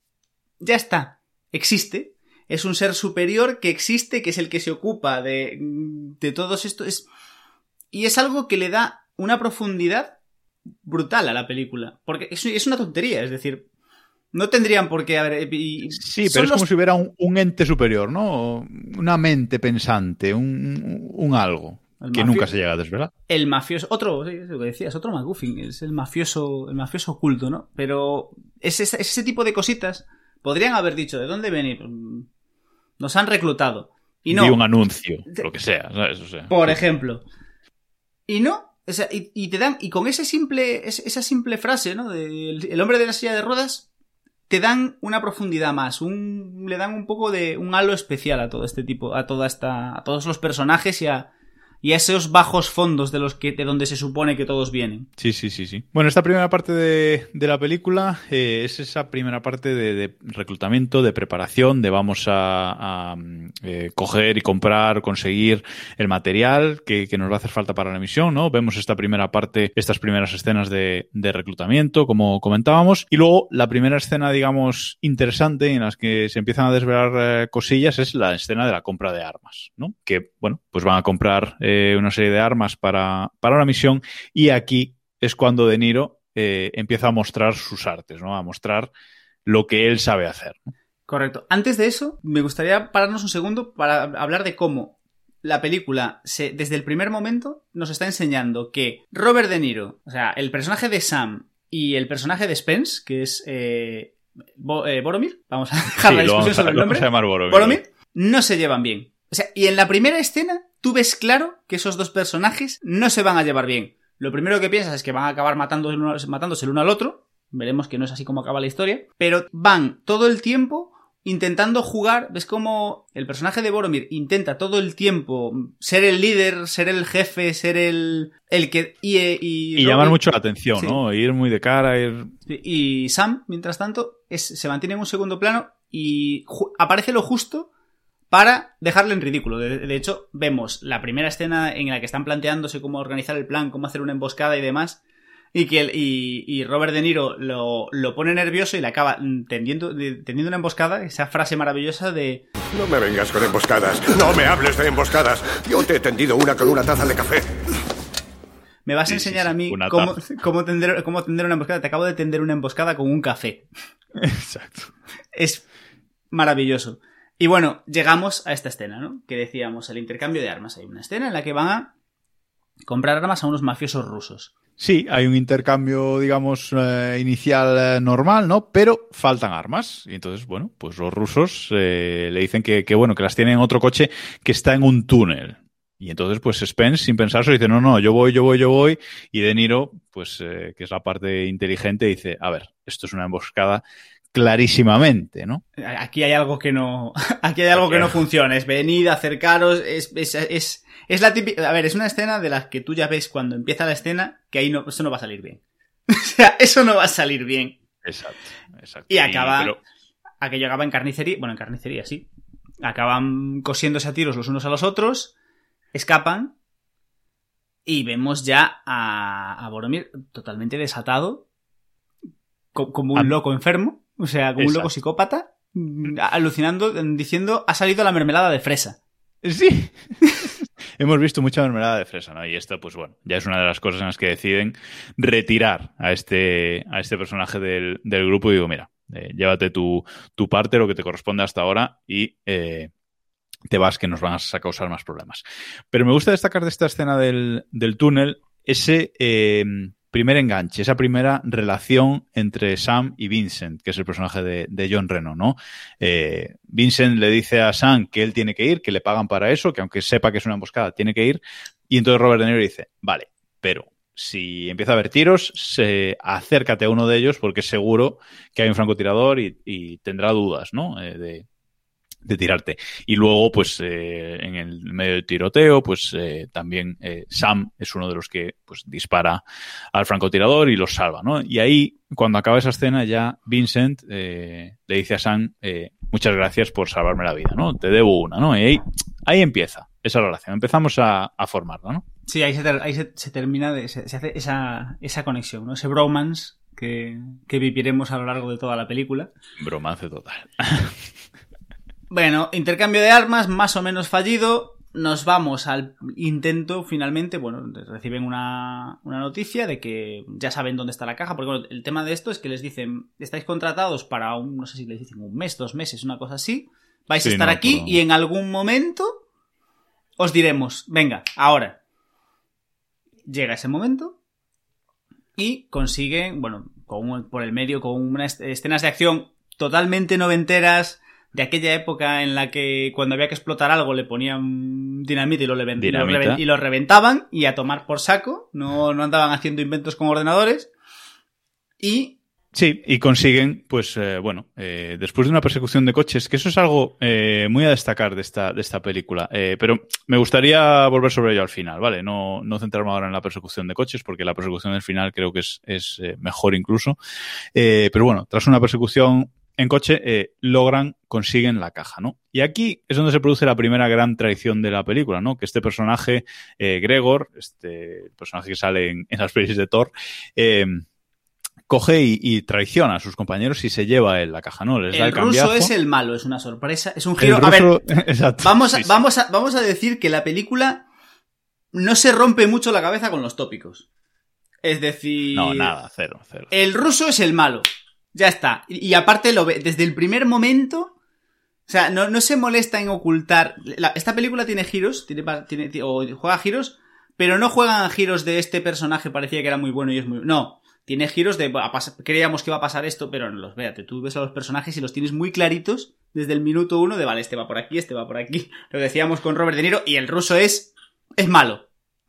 ya está. Existe. Es un ser superior que existe, que es el que se ocupa de todos estos... Y es algo que le da una profundidad brutal a la película. Porque es una tontería, es decir, no tendrían por qué haber... Sí, pero es como si hubiera un ente superior, ¿no? Una mente pensante, un algo que nunca se llega a desvelar. El mafioso, lo que decías, otro MacGuffin, es el mafioso oculto, ¿no? Pero ese tipo de cositas podrían haber dicho, ¿de dónde venir? Nos han reclutado. Y no. Vi un anuncio, lo que sea, ¿sabes? O sea, por ejemplo... Y no, o sea, y te dan, y con esa simple frase, ¿no? El hombre de la silla de ruedas, te dan una profundidad más, le dan un poco de un halo especial a todo este tipo, a todos los personajes y a esos bajos fondos de donde se supone que todos vienen. Sí. Bueno, esta primera parte de la película es esa primera parte de reclutamiento, de preparación, de vamos a coger y comprar, conseguir el material que nos va a hacer falta para la misión, ¿no? Vemos esta primera parte, estas primeras escenas de reclutamiento, como comentábamos, y luego la primera escena, digamos, interesante en las que se empiezan a desvelar cosillas es la escena de la compra de armas, ¿no? Que, bueno, pues van a comprar una serie de armas para una misión y aquí es cuando De Niro empieza a mostrar sus artes, ¿no? A mostrar lo que él sabe hacer, ¿no? Correcto. Antes de eso, me gustaría pararnos un segundo para hablar de cómo la película, desde el primer momento, nos está enseñando que Robert De Niro, o sea, el personaje de Sam y el personaje de Spence, que es Boromir, vamos a dejar la discusión sobre el nombre. Vamos a llamar Boromir. Boromir. no se llevan bien. O sea, y en la primera escena tú ves claro que esos dos personajes no se van a llevar bien. Lo primero que piensas es que van a acabar matándose el uno al otro. Veremos que no es así como acaba la historia. Pero van todo el tiempo intentando jugar. ¿Ves cómo el personaje de Boromir intenta todo el tiempo ser el líder, ser el jefe, ser el que... Y llamar mucho la atención, sí, ¿no? Ir muy de cara, ir... Y Sam, mientras tanto, se mantiene en un segundo plano y aparece lo justo para dejarle en ridículo. De hecho, vemos la primera escena en la que están planteándose cómo organizar el plan, cómo hacer una emboscada y demás, y Robert De Niro lo pone nervioso y le acaba tendiendo una emboscada, esa frase maravillosa de... No me vengas con emboscadas, no me hables de emboscadas. Yo te he tendido una con una taza de café. Me vas a enseñar a mí cómo tender una emboscada. Te acabo de tender una emboscada con un café. Exacto. Es maravilloso. Y bueno, llegamos a esta escena, ¿no? Que decíamos, el intercambio de armas. Hay una escena en la que van a comprar armas a unos mafiosos rusos. Sí, hay un intercambio, digamos, inicial normal, ¿no? Pero faltan armas. Y entonces, bueno, pues los rusos le dicen que las tienen en otro coche que está en un túnel. Y entonces, pues Spence, sin pensarse, dice, no, yo voy. Y De Niro, pues, que es la parte inteligente, dice, a ver, esto es una emboscada clarísimamente, ¿no? Aquí hay algo que no funciona. Es venid, acercaros, es la típica... A ver, es una escena de las que tú ya ves cuando empieza la escena que ahí eso no va a salir bien. O sea, eso no va a salir bien. Exacto. Y aquello acaba en carnicería. Bueno, en carnicería, sí. Acaban cosiéndose a tiros los unos a los otros, escapan y vemos ya a Boromir totalmente desatado, como un loco enfermo. O sea, como un loco psicópata, alucinando, diciendo, ha salido la mermelada de fresa. Sí. Hemos visto mucha mermelada de fresa, ¿no? Y esto, pues bueno, ya es una de las cosas en las que deciden retirar a este personaje del grupo y digo, mira, llévate tu parte, lo que te corresponde hasta ahora y te vas, que nos van a causar más problemas. Pero me gusta destacar de esta escena del túnel ese... primer enganche, esa primera relación entre Sam y Vincent, que es el personaje de John Reno, ¿no? Vincent le dice a Sam que él tiene que ir, que le pagan para eso, que aunque sepa que es una emboscada, tiene que ir, y entonces Robert De Niro dice, vale, pero si empieza a haber tiros, acércate a uno de ellos porque seguro que hay un francotirador y tendrá dudas, ¿no? De tirarte. Y luego, pues, en el medio del tiroteo, pues, también Sam es uno de los que, pues, dispara al francotirador y los salva, ¿no? Y ahí, cuando acaba esa escena, ya Vincent le dice a Sam, muchas gracias por salvarme la vida, ¿no? Te debo una, ¿no? Y ahí empieza esa relación. Empezamos a formarla, ¿no? Sí, ahí se termina, se hace esa conexión, ¿no? Ese bromance que viviremos a lo largo de toda la película. Bromance total. Bueno, intercambio de armas más o menos fallido. Nos vamos al intento finalmente. Bueno, reciben una noticia de que ya saben dónde está la caja. Porque bueno, el tema de esto es que les dicen, estáis contratados para no sé si les dicen 1 mes, 2 meses, una cosa así. Vais a estar aquí y en algún momento os diremos, venga, ahora. Llega ese momento y consiguen, bueno, por el medio, con unas escenas de acción totalmente noventeras, de aquella época en la que cuando había que explotar algo le ponían dinamita y lo reventaban y a tomar por saco, no andaban haciendo inventos con ordenadores. Y sí, y consiguen, pues, después de una persecución de coches, que eso es algo muy a destacar de esta película, pero me gustaría volver sobre ello al final, ¿vale? No centrarme ahora en la persecución de coches, porque la persecución del final creo que es mejor incluso, pero bueno, tras una persecución en coche, consiguen la caja, ¿no? Y aquí es donde se produce la primera gran traición de la película, ¿no? Que este personaje, Gregor, el personaje que sale en las pelis de Thor, coge y traiciona a sus compañeros y se lleva él la caja, ¿no? Les da el cambiazo. El ruso es el malo, es una sorpresa, es un giro. A ver, exacto, vamos a decir que la película no se rompe mucho la cabeza con los tópicos. Es decir... No, nada, cero. El ruso es el malo. Ya está. Y aparte lo ve desde el primer momento. O sea, no se molesta en ocultar. Esta película tiene giros, o juega giros, pero no juegan giros de este personaje parecía que era muy bueno y es muy... No, tiene giros de... creíamos que iba a pasar esto, pero no los véate. Tú ves a los personajes y los tienes muy claritos desde el minuto 1 de, vale, este va por aquí, este va por aquí. Lo que decíamos con Robert De Niro, y el ruso es malo.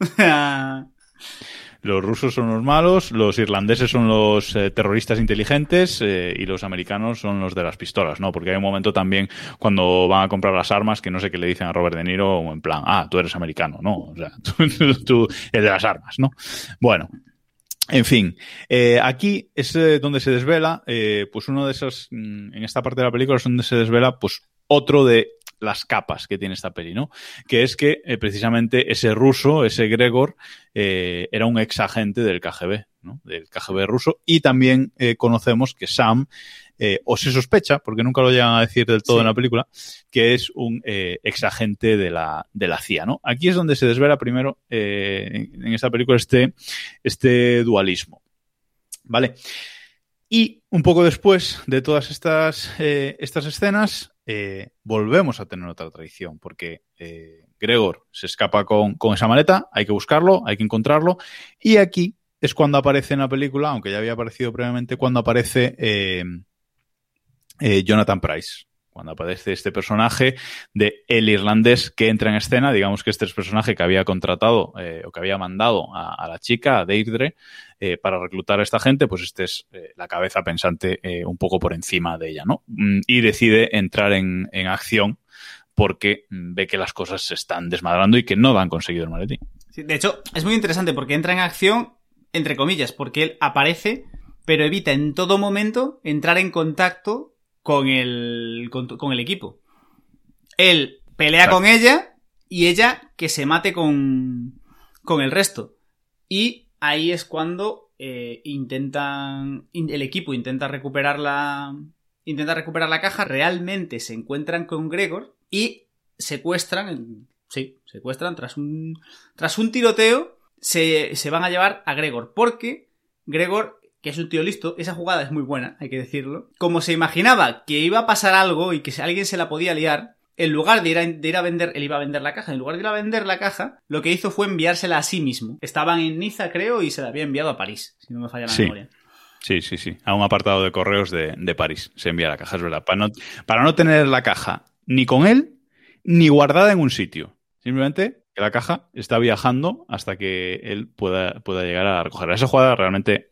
Los rusos son los malos, los irlandeses son los terroristas inteligentes y los americanos son los de las pistolas, ¿no? Porque hay un momento también cuando van a comprar las armas que no sé qué le dicen a Robert De Niro, en plan, tú eres americano, ¿no? O sea, tú eres de las armas, ¿no? Bueno, en fin, aquí es donde se desvela, pues uno de esos, en esta parte de la película es donde se desvela, pues otro de las capas que tiene esta peli, ¿no? Que es que precisamente ese ruso, ese Gregor, era un ex agente del KGB, ¿no? Del KGB ruso, y también conocemos que Sam, o se sospecha, porque nunca lo llegan a decir del todo en la película, que es un ex agente de la CIA, ¿no? Aquí es donde se desvela primero en esta película este dualismo, ¿vale? Y un poco después de todas estas escenas, volvemos a tener otra traición, porque Gregor se escapa con esa maleta, hay que buscarlo, hay que encontrarlo, y aquí es cuando aparece en la película, aunque ya había aparecido previamente, cuando aparece Jonathan Pryce. Cuando aparece este personaje de el irlandés que entra en escena, digamos que este es el personaje que había contratado o que había mandado a la chica, a Deirdre, para reclutar a esta gente, pues este es la cabeza pensante un poco por encima de ella, ¿no? Y decide entrar en acción porque ve que las cosas se están desmadrando y que no han conseguido el maletín. Sí, de hecho, es muy interesante porque entra en acción, entre comillas, porque él aparece, pero evita en todo momento entrar en contacto con el equipo. Él pelea con ella y ella que se mate con el resto. Y ahí es cuando el equipo intenta recuperar la caja, realmente se encuentran con Gregor y secuestran tras un tiroteo, se van a llevar a Gregor, porque Gregor, que es un tío listo, esa jugada es muy buena, hay que decirlo. Como se imaginaba que iba a pasar algo y que alguien se la podía liar, en lugar de ir a vender, él iba a vender la caja, en lugar de ir a vender la caja, lo que hizo fue enviársela a sí mismo. Estaban en Niza, creo, y se la había enviado a París, si no me falla la memoria. Sí. A un apartado de correos de París se envía la caja, es verdad. Para no tener la caja ni con él, ni guardada en un sitio. Simplemente que la caja está viajando hasta que él pueda llegar a recogerla. Esa jugada realmente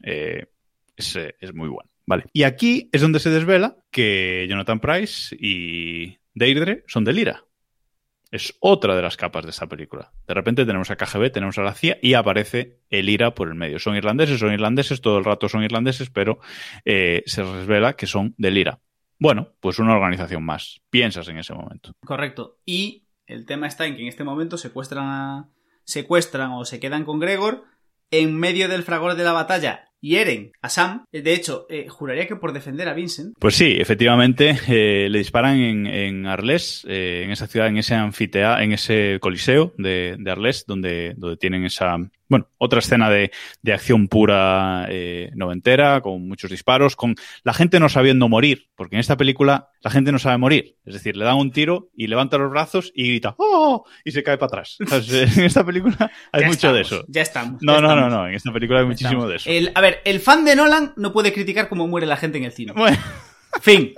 es muy buena. Vale. Y aquí es donde se desvela que Jonathan Pryce y Deirdre son del IRA. Es otra de las capas de esta película. De repente tenemos a KGB, tenemos a la CIA y aparece el IRA por el medio. Son irlandeses, todo el rato son irlandeses, pero se revela que son del IRA. Bueno, pues una organización más. Piensas en ese momento. Correcto. Y el tema está en que en este momento secuestran o se quedan con Gregor. En medio del fragor de la batalla hieren a Sam. De hecho, juraría que por defender a Vincent. Pues sí, efectivamente, le disparan en Arles, en esa ciudad, en ese anfiteatro, en ese coliseo de Arles, donde tienen esa... Bueno, otra escena de acción pura noventera, con muchos disparos, con la gente no sabiendo morir, porque en esta película la gente no sabe morir. Es decir, le dan un tiro y levanta los brazos y grita ¡oh! Y se cae para atrás. Entonces, en esta película hay mucho de eso. Ya estamos. No, en esta película hay muchísimo de eso. El fan de Nolan no puede criticar cómo muere la gente en el cine. Bueno. Fin.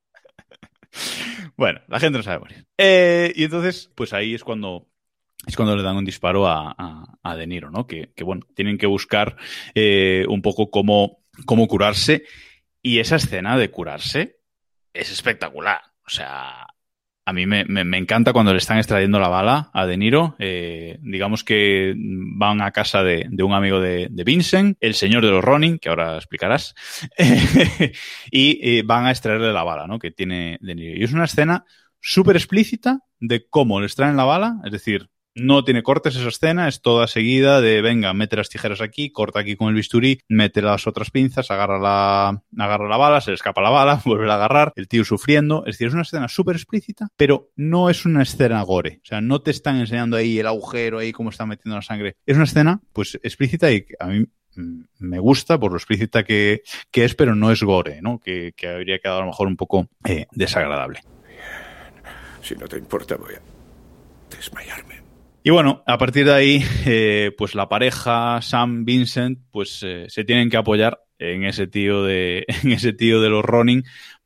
Bueno, la gente no sabe morir. Y entonces, pues ahí es cuando le dan un disparo a De Niro, ¿no? Que bueno, tienen que buscar un poco cómo curarse. Y esa escena de curarse es espectacular. O sea, a mí me encanta cuando le están extrayendo la bala a De Niro. Digamos que van a casa de un amigo de Vincent, el señor de los Ronin, que ahora explicarás, y van a extraerle la bala, ¿no? Que tiene De Niro. Y es una escena súper explícita de cómo le extraen la bala, es decir, no tiene cortes esa escena, es toda seguida de, venga, mete las tijeras aquí, corta aquí con el bisturí, mete las otras pinzas, agarra la bala, se le escapa la bala, vuelve a agarrar, el tío sufriendo. Es decir, es una escena súper explícita, pero no es una escena gore. O sea, no te están enseñando ahí el agujero, ahí cómo está metiendo la sangre. Es una escena, pues, explícita y a mí me gusta por lo explícita que es, pero no es gore, ¿no? Que habría quedado a lo mejor un poco desagradable. Si no te importa, voy a desmayarme. Y bueno, a partir de ahí, pues la pareja Sam, Vincent, pues se tienen que apoyar en ese tío de los Ronin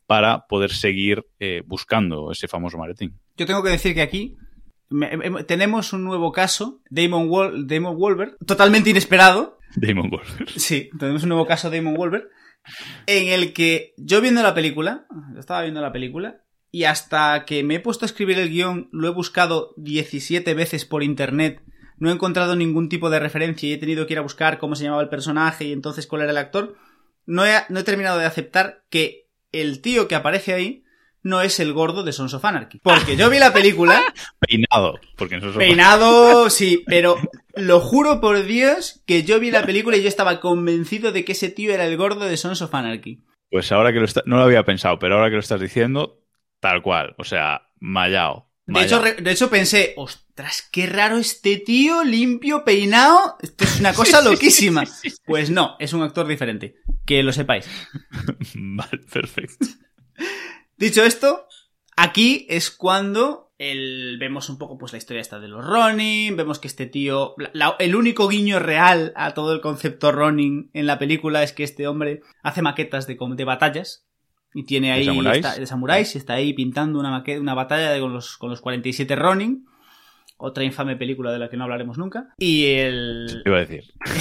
para poder seguir buscando ese famoso maletín. Yo tengo que decir que aquí tenemos un nuevo caso, Damon Wolver, totalmente inesperado. Damon Wolver. Sí, tenemos un nuevo caso, Damon Wolver, en el que yo estaba viendo la película, y hasta que me he puesto a escribir el guión, lo he buscado 17 veces por internet, no he encontrado ningún tipo de referencia y he tenido que ir a buscar cómo se llamaba el personaje y entonces cuál era el actor. No he terminado de aceptar que el tío que aparece ahí no es el gordo de Sons of Anarchy. Porque yo vi la película... Peinado. Porque Peinado, sí, pero lo juro por Dios que yo vi la película y yo estaba convencido de que ese tío era el gordo de Sons of Anarchy. Pues ahora que no lo había pensado, pero ahora que lo estás diciendo, tal cual. O sea, mallao. De hecho pensé, ostras, qué raro este tío, limpio, peinado. Esto es una cosa loquísima. Sí. Pues no, es un actor diferente. Que lo sepáis. Vale, perfecto. Dicho esto, aquí es cuando vemos un poco pues la historia esta de los Ronin, vemos que este tío... el único guiño real a todo el concepto Ronin en la película es que este hombre hace maquetas de batallas. Y tiene ahí de samuráis y está ahí pintando una batalla con los 47 Ronin. Otra infame película de la que no hablaremos nunca. Iba a decir.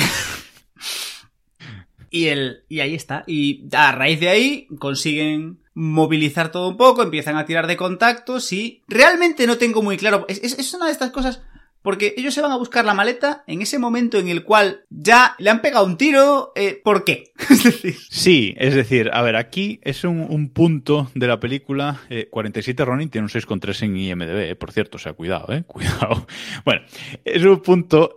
Y ahí está. Y a raíz de ahí consiguen movilizar todo un poco, empiezan a tirar de contactos y realmente no tengo muy claro. Es una de estas cosas... Porque ellos se van a buscar la maleta en ese momento en el cual ya le han pegado un tiro. ¿Por qué? Sí, es decir, a ver, aquí es un punto de la película. 47 Ronin tiene un 6,3 en IMDb, por cierto. O sea, cuidado, cuidado. Bueno, es un punto...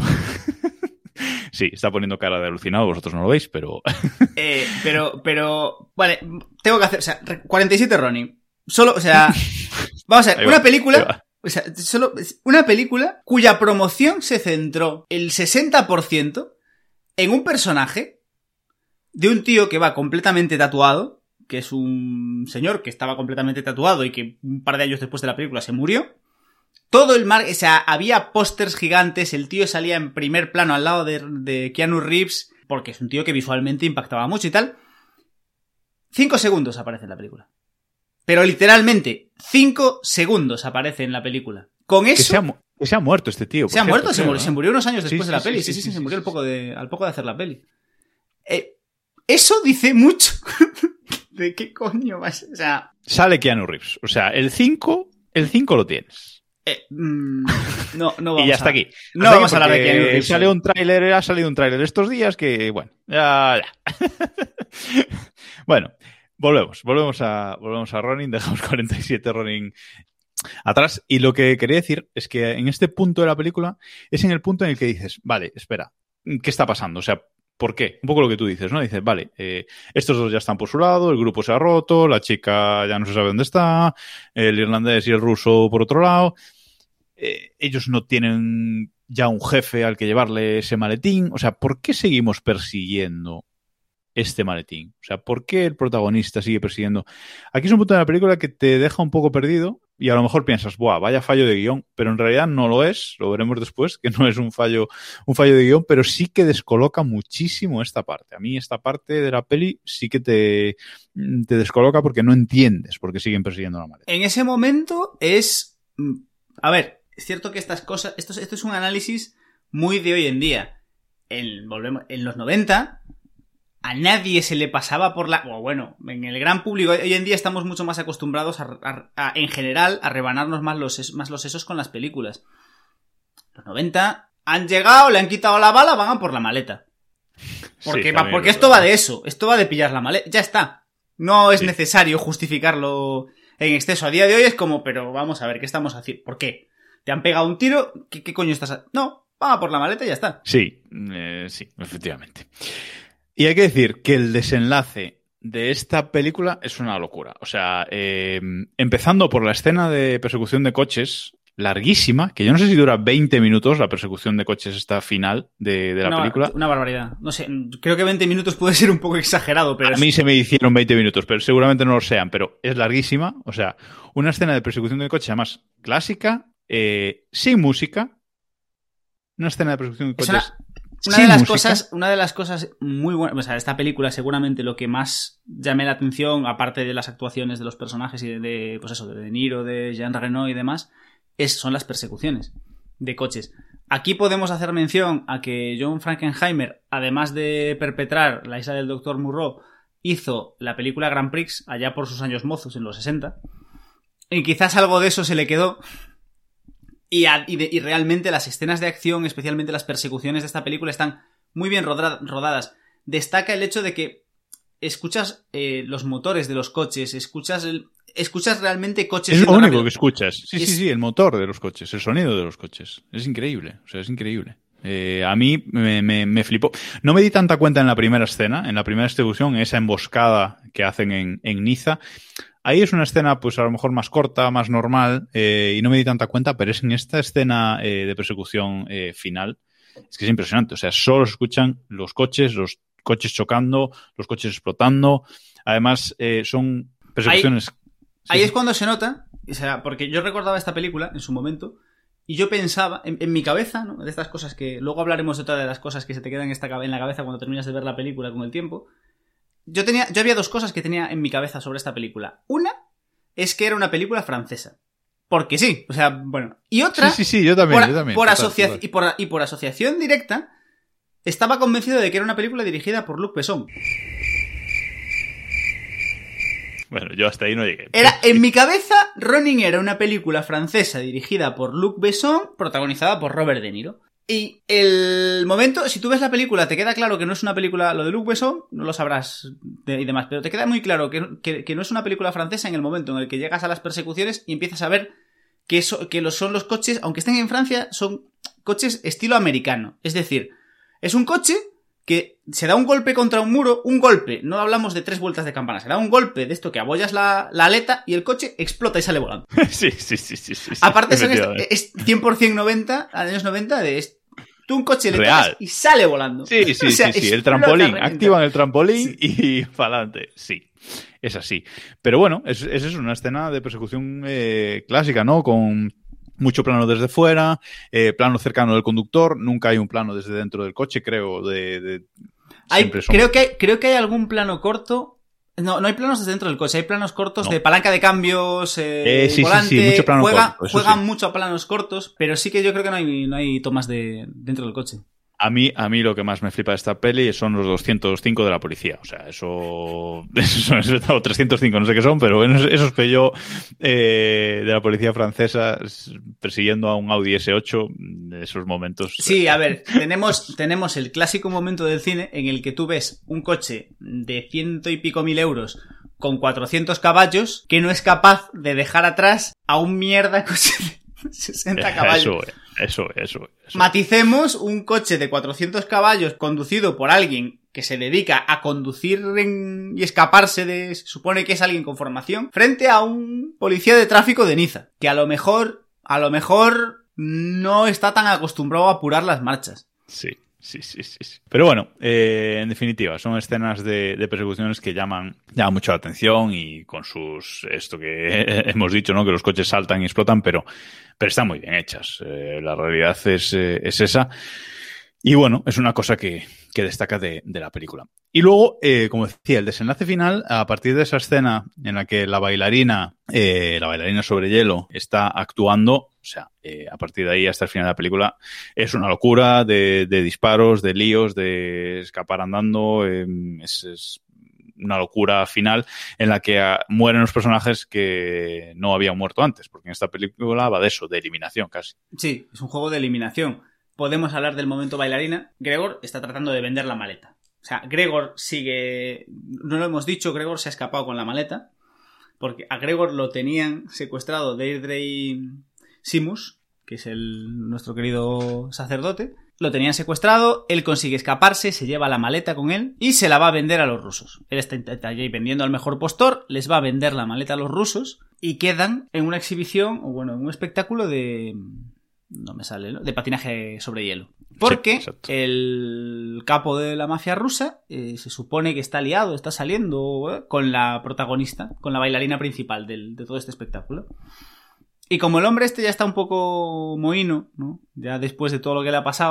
Sí, está poniendo cara de alucinado, vosotros no lo veis, pero... pero... Vale, tengo que hacer... O sea, 47 Ronin. Solo, o sea... Vamos a ver, una película... O sea, solo una película cuya promoción se centró el 60% en un personaje de un tío que va completamente tatuado, que es un señor que estaba completamente tatuado y que un par de años después de la película se murió. Todo el o sea, había pósters gigantes, el tío salía en primer plano al lado de Keanu Reeves, porque es un tío que visualmente impactaba mucho y tal. 5 segundos aparece en la película. Pero literalmente, 5 segundos aparece en la película. Con eso... Que se ha muerto este tío. Se ha muerto, se murió unos años después de la peli. Sí, se murió al poco de hacer la peli. Eso dice mucho. ¿De qué coño vas? O sea... Sale Keanu Reeves. O sea, el 5 lo tienes. No vamos y ya está aquí. No vamos a hablar de Keanu Reeves. Ha salido un tráiler estos días que, bueno, ya. Bueno, volvemos a Ronin, dejamos 47 Ronin atrás. Y lo que quería decir es que en este punto de la película es en el punto en el que dices, vale, espera, ¿qué está pasando? O sea, ¿por qué? Un poco lo que tú dices, ¿no? Dices, vale, estos dos ya están por su lado, el grupo se ha roto, la chica ya no se sabe dónde está, el irlandés y el ruso por otro lado. Ellos no tienen ya un jefe al que llevarle ese maletín. O sea, ¿por qué seguimos persiguiendo este maletín? O sea, ¿por qué el protagonista sigue persiguiendo? Aquí es un punto de la película que te deja un poco perdido y a lo mejor piensas, ¡buah, vaya fallo de guión! Pero en realidad no lo es, lo veremos después, que no es un fallo de guión, pero sí que descoloca muchísimo esta parte. A mí esta parte de la peli sí que te descoloca porque no entiendes por qué siguen persiguiendo la maleta. En ese momento es... A ver, es cierto que estas cosas... Esto es un análisis muy de hoy en día. En los 90... A nadie se le pasaba por la... O bueno, en el gran público hoy en día estamos mucho más acostumbrados en general a rebanarnos más los sesos con las películas. Los 90 han llegado, le han quitado la bala, van a por la maleta. Porque esto va de eso, esto va de pillar la maleta, ya está. No es necesario justificarlo en exceso. A día de hoy es como, pero vamos a ver, ¿qué estamos haciendo? ¿Por qué? ¿Te han pegado un tiro? ¿Qué coño estás haciendo? No, van a por la maleta y ya está. Sí, efectivamente. Y hay que decir que el desenlace de esta película es una locura. O sea, empezando por la escena de persecución de coches, larguísima, que yo no sé si dura 20 minutos la persecución de coches esta final de la película. Una barbaridad. No sé, creo que 20 minutos puede ser un poco exagerado, pero... A mí se me hicieron 20 minutos, pero seguramente no lo sean, pero es larguísima. O sea, una escena de persecución de coches además clásica, sin música. Una escena de persecución de coches... Una de las cosas muy buenas, o sea, esta película seguramente lo que más llame la atención, aparte de las actuaciones de los personajes y pues eso, de Niro, de Jean Reno y demás, son las persecuciones de coches. Aquí podemos hacer mención a que John Frankenheimer, además de perpetrar La isla del Dr. Moreau, hizo la película Grand Prix allá por sus años mozos, en los 60, y quizás algo de eso se le quedó. Y realmente las escenas de acción, especialmente las persecuciones de esta película, están muy bien rodadas. Destaca el hecho de que escuchas los motores de los coches, escuchas realmente coches. Es lo único que escuchas. Sí, el motor de los coches, el sonido de los coches. Es increíble, o sea, es increíble. A mí me flipó. No me di tanta cuenta en la primera escena, en la primera distribución, en esa emboscada que hacen en Niza. Ahí es una escena, pues a lo mejor más corta, más normal, y no me di tanta cuenta, pero es en esta escena de persecución final. Es que es impresionante. O sea, solo se escuchan los coches chocando, los coches explotando. Además, son persecuciones... Ahí es cuando se nota, o sea, porque yo recordaba esta película en su momento, y yo pensaba, en mi cabeza, ¿no? De estas cosas que... Luego hablaremos de todas las cosas que se te quedan en la cabeza cuando terminas de ver la película con el tiempo. Yo había dos cosas que tenía en mi cabeza sobre esta película. Una es que era una película francesa. Porque sí, o sea, bueno. Y otra... Sí, yo también. Y por asociación directa, estaba convencido de que era una película dirigida por Luc Besson. Bueno, yo hasta ahí no llegué. En mi cabeza, Ronin era una película francesa dirigida por Luc Besson, protagonizada por Robert De Niro. Y el momento, si tú ves la película, te queda claro que no es una película, lo de Luc Besson, no lo sabrás y demás, pero te queda muy claro que no es una película francesa en el momento en el que llegas a las persecuciones y empiezas a ver que son los coches, aunque estén en Francia, son coches estilo americano. Es decir, es un coche que se da un golpe contra un muro, un golpe, no hablamos de 3 vueltas de campana, se da un golpe de esto que abollas la aleta y el coche explota y sale volando. Sí. Aparte es 100% 90, años 90 de tú un coche le tocas y sale volando. Sí, o sea, el trampolín, activan el trampolín y para adelante, sí. Es así. Pero bueno, es una escena de persecución clásica, ¿no? Con mucho plano desde fuera, plano cercano del conductor, nunca hay un plano desde dentro del coche, creo. Creo que hay algún plano corto. No hay planos desde dentro del coche, hay planos cortos de palanca de cambios, volante. Sí, mucho plano corto. Juegan mucho a planos cortos, pero sí que yo creo que no hay tomas dentro del coche. A mí lo que más me flipa de esta peli son los 205 de la policía. O sea, eso o 305, no sé qué son, pero esos que yo de la policía francesa persiguiendo a un Audi S8, esos momentos. Sí, a ver, tenemos el clásico momento del cine en el que tú ves un coche de 100 y pico mil euros con 400 caballos que no es capaz de dejar atrás a un mierda coche de 60 caballos. Eso. Maticemos un coche de 400 caballos conducido por alguien que se dedica a conducir y escaparse se supone que es alguien con formación, frente a un policía de tráfico de Niza, que a lo mejor no está tan acostumbrado a apurar las marchas. Sí. Pero bueno, en definitiva, son escenas de persecuciones que llaman mucho la atención y con esto que hemos dicho, ¿no? Que los coches saltan y explotan, pero están muy bien hechas. La realidad es esa. Y bueno, es una cosa que destaca de la película. Y luego, como decía, el desenlace final, a partir de esa escena en la que la bailarina sobre hielo está actuando, o sea, a partir de ahí hasta el final de la película, es una locura de disparos, de líos, de escapar andando, es una locura final en la que mueren los personajes que no habían muerto antes, porque en esta película va de eso, de eliminación casi. Sí, es un juego de eliminación. Podemos hablar del momento bailarina. Gregor está tratando de vender la maleta. O sea, Gregor sigue... No lo hemos dicho, Gregor se ha escapado con la maleta. Porque a Gregor lo tenían secuestrado Deirdre Simus, que es nuestro querido sacerdote. Lo tenían secuestrado, él consigue escaparse, se lleva la maleta con él y se la va a vender a los rusos. Él está allí vendiendo al mejor postor, les va a vender la maleta a los rusos y quedan en una exhibición, o bueno, en un espectáculo de... No me sale, ¿no? De patinaje sobre hielo. Porque sí, el capo de la mafia rusa se supone que está liado, está saliendo con la protagonista, con la bailarina principal de todo este espectáculo. Y como el hombre este ya está un poco mohino, ¿no? Ya después de todo lo que le ha pasado,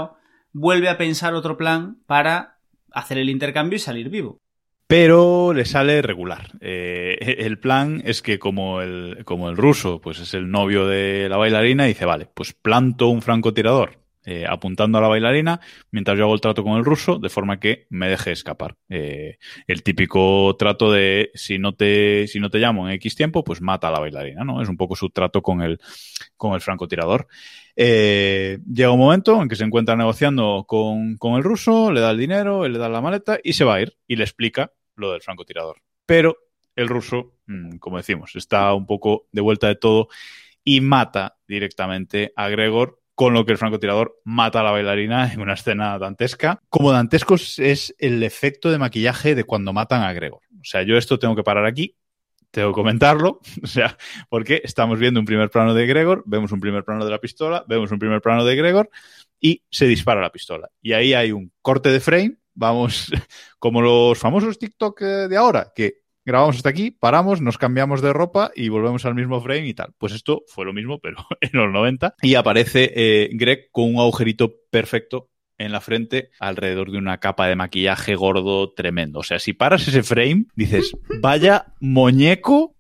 vuelve a pensar otro plan para hacer el intercambio y salir vivo. Pero le sale regular. El plan es que como el ruso pues es el novio de la bailarina, dice, vale, pues planto un francotirador apuntando a la bailarina mientras yo hago el trato con el ruso de forma que me deje escapar. El típico trato de si no te llamo en X tiempo, pues mata a la bailarina, ¿no? Es un poco su trato con el francotirador. Llega un momento en que se encuentra negociando con el ruso, le da el dinero, él le da la maleta y se va a ir y le explica lo del francotirador. Pero el ruso, como decimos, está un poco de vuelta de todo y mata directamente a Gregor, con lo que el francotirador mata a la bailarina en una escena dantesca. Como dantesco es el efecto de maquillaje de cuando matan a Gregor. O sea, yo esto tengo que parar aquí, tengo que comentarlo, o sea, porque estamos viendo un primer plano de Gregor, vemos un primer plano de la pistola, vemos un primer plano de Gregor y se dispara la pistola. Y ahí hay un corte de frame, vamos, como los famosos TikTok de ahora, que grabamos hasta aquí, paramos, nos cambiamos de ropa y volvemos al mismo frame y tal. Pues esto fue lo mismo, pero en los 90. Y aparece Greg con un agujerito perfecto en la frente alrededor de una capa de maquillaje gordo tremendo. O sea, si paras ese frame, dices, vaya muñeco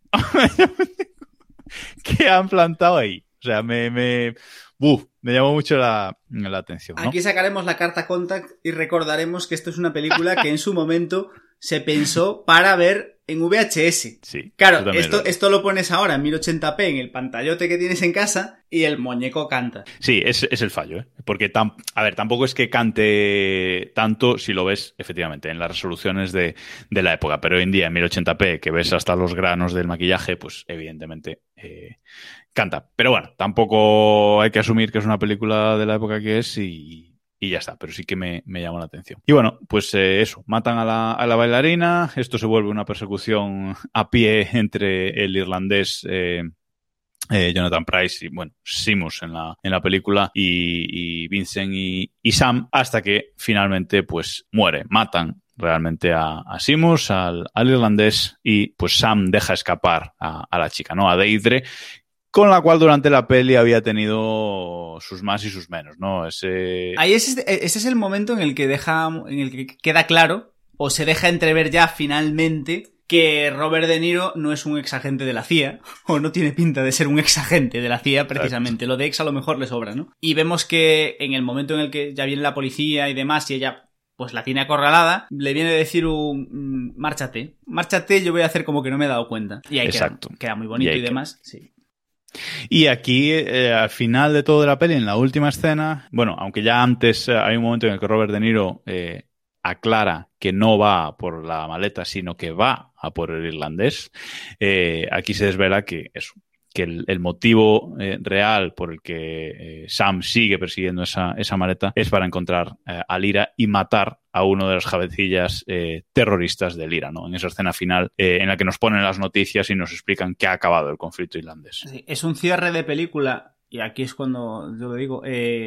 que han plantado ahí. O sea, me llamó mucho la atención, ¿no? Aquí sacaremos la carta Contact y recordaremos que esto es una película que en su momento se pensó para ver en VHS. Sí, claro, esto lo pones ahora en 1080p en el pantallote que tienes en casa y el muñeco canta. Sí, es el fallo, ¿eh? Porque tampoco es que cante tanto si lo ves efectivamente en las resoluciones de la época, pero hoy en día en 1080p que ves hasta los granos del maquillaje, pues evidentemente canta. Pero bueno, tampoco hay que asumir que es una película de la época que es y ya está, pero sí que me llamó la atención. Y bueno, pues eso, matan a la bailarina, esto se vuelve una persecución a pie entre el irlandés Jonathan Pryce y, bueno, Seamus en la película y Vincent y Sam, hasta que finalmente pues matan realmente a Seamus, al irlandés, y pues Sam deja escapar a la chica, ¿no? A Deirdre, con la cual durante la peli había tenido sus más y sus menos, ¿no? Ese es el momento en el que queda claro, o se deja entrever ya finalmente, que Robert De Niro no es un exagente de la CIA, o no tiene pinta de ser un exagente de la CIA, precisamente. Exacto. Lo de ex a lo mejor le sobra, ¿no? Y vemos que en el momento en el que ya viene la policía y demás, y ella pues la tiene acorralada, le viene a decir márchate, yo voy a hacer como que no me he dado cuenta. Y ahí queda muy bonito y demás, sí. Y aquí, al final de todo de la peli, en la última escena, bueno, aunque ya antes hay un momento en el que Robert De Niro aclara que no va por la maleta, sino que va a por el irlandés, aquí se desvela que el motivo real por el que Sam sigue persiguiendo esa maleta es para encontrar al IRA y matar a uno de los cabecillas terroristas del IRA, ¿no? En esa escena final en la que nos ponen las noticias y nos explican que ha acabado el conflicto irlandés. Sí, es un cierre de película, y aquí es cuando yo lo digo,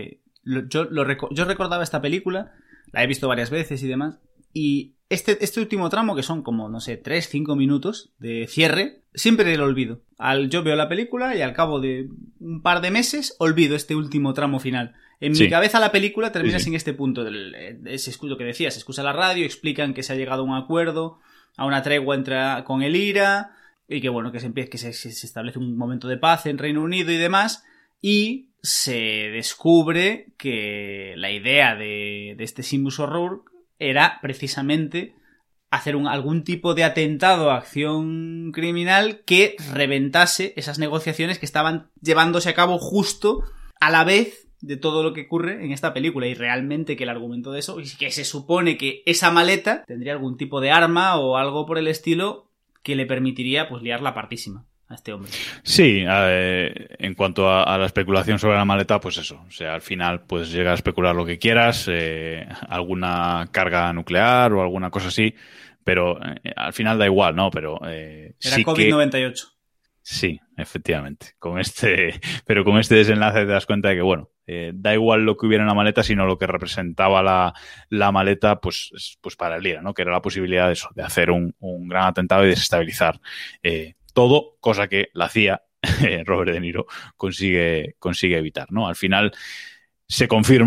yo recordaba esta película, la he visto varias veces y demás, y este último tramo, que son como, no sé, 3-5 minutos de cierre, siempre lo olvido. Yo veo la película y al cabo de un par de meses olvido este último tramo final. En mi cabeza la película termina sin este punto. Ese lo que decía, se excusa la radio, explican que se ha llegado a un acuerdo, a una tregua con el IRA, y que bueno, que se establece un momento de paz en Reino Unido y demás, y se descubre que la idea de este Seamus O'Rourke era precisamente hacer algún tipo de atentado a acción criminal que reventase esas negociaciones que estaban llevándose a cabo justo a la vez de todo lo que ocurre en esta película. Y realmente que el argumento de eso es que se supone que esa maleta tendría algún tipo de arma o algo por el estilo que le permitiría pues liar la partísima a este hombre. Sí, en cuanto a la especulación sobre la maleta, pues eso, o sea, al final puedes llegar a especular lo que quieras, alguna carga nuclear o alguna cosa así, pero al final da igual, ¿no? Pero era sí COVID-98. Sí, efectivamente. Pero con este desenlace te das cuenta de que, bueno, da igual lo que hubiera en la maleta, sino lo que representaba la maleta, pues para el IRA, ¿no? Que era la posibilidad de eso, de hacer un gran atentado y desestabilizar todo, cosa que la CIA, Robert De Niro, consigue evitar, ¿no? Al final se confirma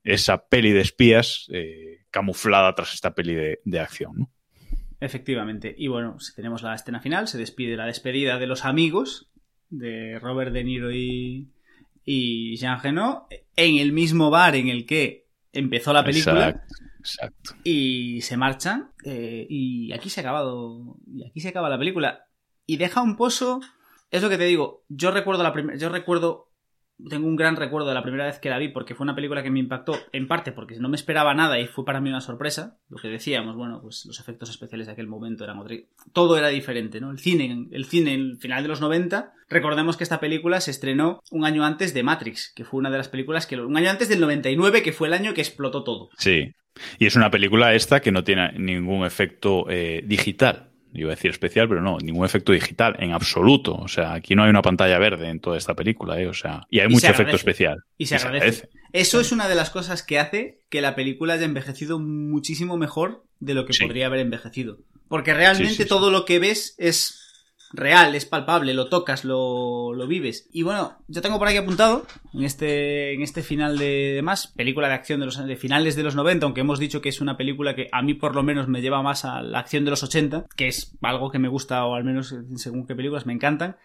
esa peli de espías camuflada tras esta peli de acción, ¿no? Efectivamente. Y bueno, tenemos la escena final, se despide la despedida de los amigos de Robert De Niro y Jean Reno en el mismo bar en el que empezó la película. Exacto. Y se marchan y aquí se ha acabado. Y aquí se acaba la película. Y deja un pozo. Es lo que te digo. Yo recuerdo. Tengo un gran recuerdo de la primera vez que la vi porque fue una película que me impactó en parte porque no me esperaba nada y fue para mí una sorpresa. Lo que decíamos, bueno, pues los efectos especiales de aquel momento eran todo era diferente, ¿no? El cine en el final de los 90, recordemos que esta película se estrenó un año antes de Matrix, que fue una de las películas un año antes del 99, que fue el año que explotó todo. Sí, y es una película esta que no tiene ningún efecto digital. Iba a decir especial, pero no, ningún efecto digital, en absoluto. O sea, aquí no hay una pantalla verde en toda esta película, O sea, y hay mucho efecto especial. Y se agradece. Eso es una de las cosas que hace que la película haya envejecido muchísimo mejor de lo que podría haber envejecido. Porque realmente todo lo que ves es real, es palpable, lo tocas, lo vives. Y bueno, yo tengo por aquí apuntado, en este final de más, película de acción de finales de los 90, aunque hemos dicho que es una película que a mí por lo menos me lleva más a la acción de los 80, que es algo que me gusta, o al menos según qué películas me encantan.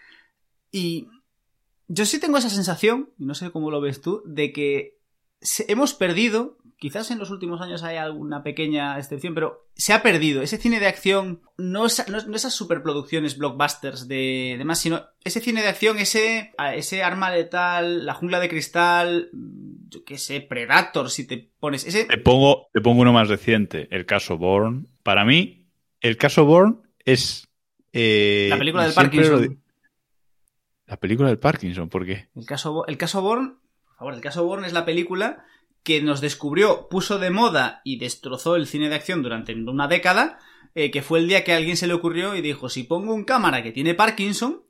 Y yo sí tengo esa sensación, y no sé cómo lo ves tú, de que hemos perdido. Quizás en los últimos años hay alguna pequeña excepción, pero se ha perdido. Ese cine de acción, no esas superproducciones blockbusters de demás, sino ese cine de acción, ese Arma Letal, La Jungla de Cristal, yo qué sé, Predator, si te pones... Te pongo uno más reciente, el caso Bourne. Para mí, el caso Bourne es... la película del Parkinson. La película del Parkinson, ¿por qué? El caso Bourne, por favor, el caso Bourne es la película que nos descubrió, puso de moda y destrozó el cine de acción durante una década, que fue el día que a alguien se le ocurrió y dijo, si pongo un cámara que tiene Parkinson,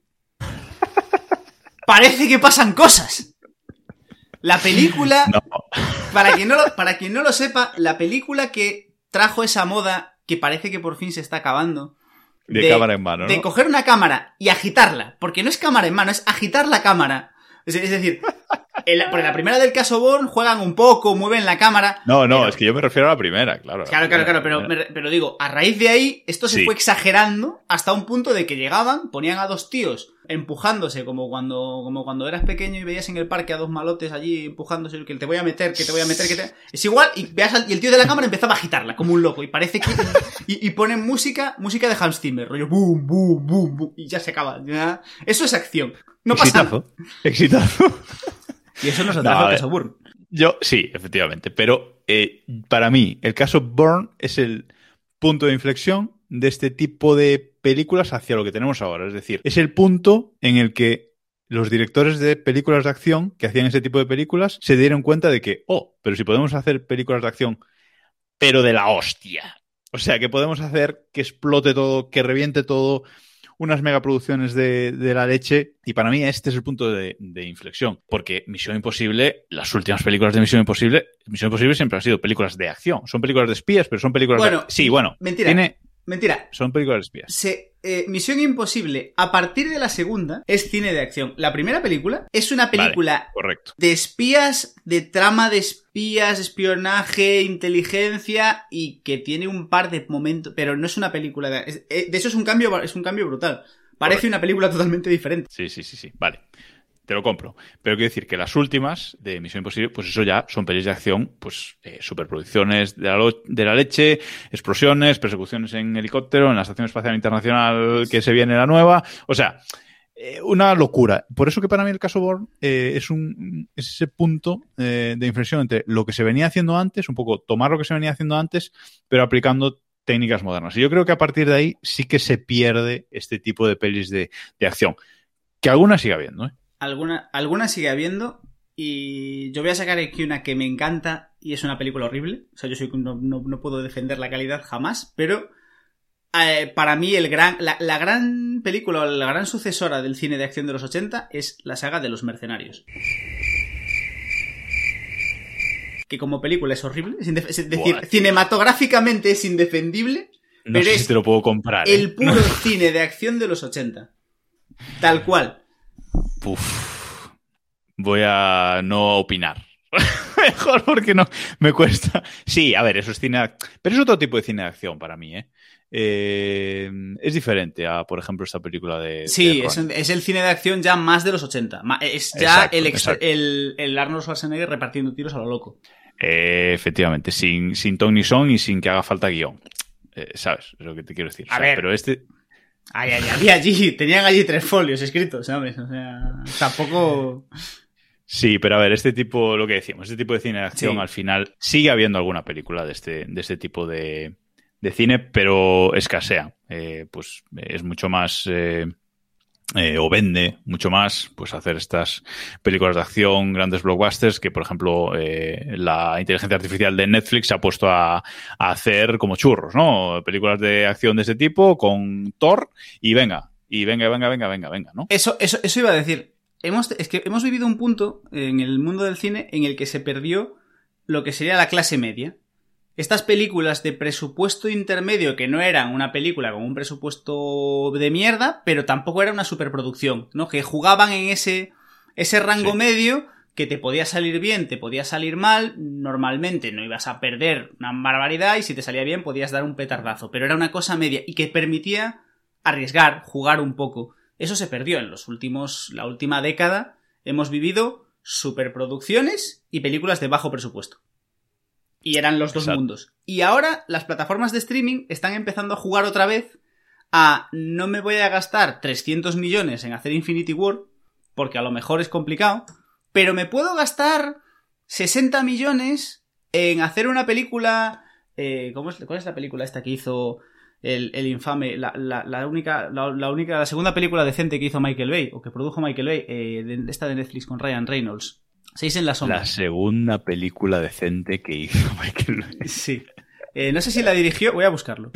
parece que pasan cosas. La película, no. para quien no lo sepa, la película que trajo esa moda, que parece que por fin se está acabando, de cámara en mano, ¿no? De coger una cámara y agitarla, porque no es cámara en mano, es agitar la cámara. Es decir... Porque la primera del caso Bourne juegan un poco, mueven la cámara. No, pero... es que yo me refiero a la primera, claro. Claro, pero digo, a raíz de ahí, esto se fue exagerando hasta un punto de que llegaban, ponían a dos tíos empujándose, como cuando eras pequeño y veías en el parque a dos malotes allí empujándose, que te voy a meter, que te voy a meter, Es igual, y el tío de la cámara empezaba a agitarla como un loco, y parece que... y ponen música de Hans Zimmer, rollo boom, boom, boom, boom, y ya se acaba. ¿Ya? Eso es acción. No pasa nada. Exitazo. Y eso no es otra cosa, Bourne. Sí, efectivamente. Pero para mí, el caso Bourne es el punto de inflexión de este tipo de películas hacia lo que tenemos ahora. Es decir, es el punto en el que los directores de películas de acción que hacían ese tipo de películas se dieron cuenta de que, pero si podemos hacer películas de acción, pero de la hostia. O sea, que podemos hacer que explote todo, que reviente todo, unas megaproducciones de la leche, y para mí este es el punto de inflexión, porque Misión Imposible, las últimas películas de Misión Imposible siempre han sido películas de acción, son películas de espías, pero son películas mentira. Son películas de espías. Misión Imposible, a partir de la segunda, es cine de acción. La primera película es una película de espías, de trama de espías, espionaje, inteligencia, y que tiene un par de momentos, pero no es una película de hecho es un cambio brutal. Parece una película totalmente diferente. Sí. Vale. Te lo compro. Pero quiero decir que las últimas de Misión Imposible, pues eso ya son pelis de acción, pues superproducciones de la leche, explosiones, persecuciones en helicóptero, en la Estación Espacial Internacional que se viene la nueva. O sea, una locura. Por eso que para mí el caso Bourne es ese punto de inflexión entre lo que se venía haciendo antes, un poco tomar lo que se venía haciendo antes, pero aplicando técnicas modernas. Y yo creo que a partir de ahí sí que se pierde este tipo de pelis de acción. Que alguna sigue habiendo, ¿eh? Alguna sigue habiendo, y yo voy a sacar aquí una que me encanta y es una película horrible. O sea, yo no puedo defender la calidad jamás, pero para mí la gran película, o la gran sucesora del cine de acción de los 80 es la saga de Los Mercenarios. Que como película es horrible, es decir, cinematográficamente es indefendible, no pero sé si te lo puedo comprar. El puro cine de acción de los 80. Tal cual. Voy a no opinar. mejor porque no me cuesta. Sí, a ver, eso es cine, pero es otro tipo de cine de acción para mí, ¿eh? Es diferente a, por ejemplo, esta película de... Sí, de es el cine de acción ya más de los 80. Es ya exacto. el Arnold Schwarzenegger repartiendo tiros a lo loco. Efectivamente, sin ton ni son y sin que haga falta guión. ¿Sabes? Es lo que te quiero decir. A ver. Pero este... Tenían allí 3 folios escritos, ¿sabes? O sea, tampoco... Sí, pero a ver, este tipo, lo que decíamos, este tipo de cine de acción, Sí. al final sigue habiendo alguna película de este tipo de cine, pero escasea. Pues es mucho más, o vende mucho más, pues hacer estas películas de acción, grandes blockbusters, que por ejemplo la inteligencia artificial de Netflix se ha puesto a hacer como churros, ¿no? Películas de acción de este tipo con Thor y venga, ¿no? Eso iba a decir. Es que hemos vivido un punto en el mundo del cine en el que se perdió lo que sería la clase media. Estas películas de presupuesto intermedio, que no eran una película con un presupuesto de mierda, pero tampoco era una superproducción, ¿no? Que jugaban en ese rango medio, que te podía salir bien, te podía salir mal, normalmente no ibas a perder una barbaridad y si te salía bien podías dar un petardazo, pero era una cosa media y que permitía arriesgar, jugar un poco. Eso se perdió en la última década. Hemos vivido superproducciones y películas de bajo presupuesto. Y eran los dos mundos. Y ahora las plataformas de streaming están empezando a jugar otra vez a no me voy a gastar 300 millones en hacer Infinity War, porque a lo mejor es complicado, pero me puedo gastar 60 millones en hacer una película... ¿cuál es la película esta que hizo... El infame, la segunda película decente que hizo Michael Bay, o que produjo Michael Bay, esta de Netflix con Ryan Reynolds, 6 en la sombra. La segunda película decente que hizo Michael Bay. Sí. No sé si la dirigió, voy a buscarlo.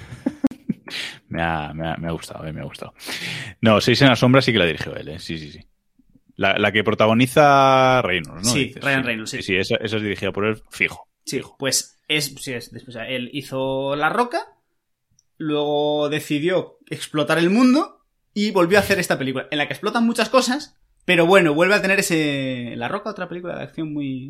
Me ha gustado, me ha gustado. No, 6 en la sombra sí que la dirigió él, sí. La que protagoniza Reynolds, ¿no? Sí, Dices, Ryan Reynolds, sí. Sí, esa es dirigida por él, fijo. Sí, pues después, él hizo La Roca. Luego decidió explotar el mundo y volvió a hacer esta película, en la que explotan muchas cosas, pero bueno, vuelve a tener La Roca, otra película de acción muy...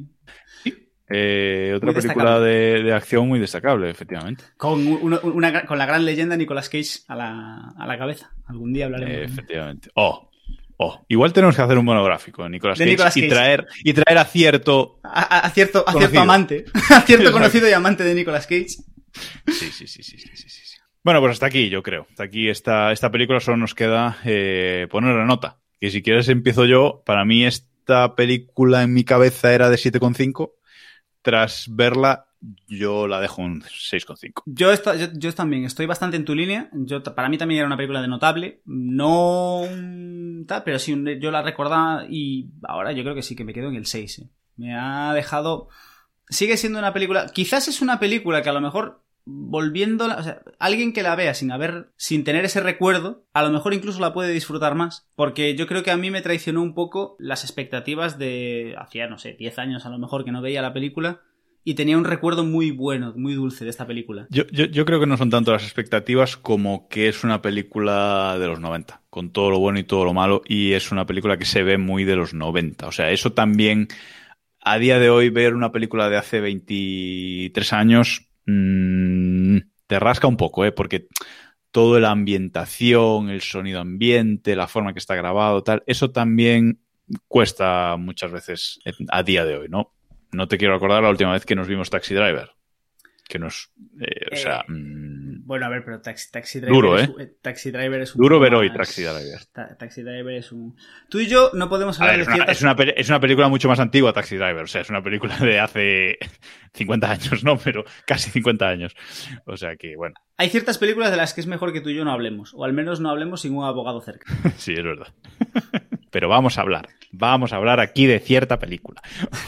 Otra película de acción muy destacable, efectivamente. Con la gran leyenda Nicolas Cage a la cabeza. Algún día hablaremos. Efectivamente. Igual tenemos que hacer un monográfico de Nicolas Cage. Y traer a cierto amante, a cierto conocido y amante de Nicolas Cage. Sí. Bueno, pues hasta aquí, yo creo. Hasta aquí esta película solo nos queda poner la nota. Que si quieres empiezo yo. Para mí esta película en mi cabeza era de 7,5. Tras verla, yo la dejo un 6,5. Yo también estoy bastante en tu línea. Para mí también era una película de notable. No tal, pero sí, yo la recordaba y ahora yo creo que sí, que me quedo en el 6. Me ha dejado... Sigue siendo una película... Quizás es una película que a lo mejor... volviéndola, o sea, alguien que la vea sin tener ese recuerdo, a lo mejor incluso la puede disfrutar más, porque yo creo que a mí me traicionó un poco las expectativas de hacía, no sé, 10 años a lo mejor que no veía la película y tenía un recuerdo muy bueno, muy dulce de esta película. Yo creo que no son tanto las expectativas como que es una película de los 90, con todo lo bueno y todo lo malo, y es una película que se ve muy de los 90, o sea, eso también, a día de hoy, ver una película de hace 23 años... te rasca un poco, porque toda la ambientación, el sonido ambiente, la forma que está grabado, tal, eso también cuesta muchas veces a día de hoy, ¿no? No te quiero acordar la última vez que nos vimos Taxi Driver. Que nos... Bueno, a ver, pero Taxi Driver... Duro, Taxi Driver es un... Duro ver hoy Taxi Driver. Taxi Driver es un... Tú y yo no podemos hablar de ciertas... Es una película mucho más antigua, Taxi Driver. O sea, es una película de hace 50 años, ¿no? Pero casi 50 años. O sea que, bueno. Hay ciertas películas de las que es mejor que tú y yo no hablemos. O al menos no hablemos sin un abogado cerca. Sí, es verdad. Pero vamos a hablar. Vamos a hablar aquí de cierta película.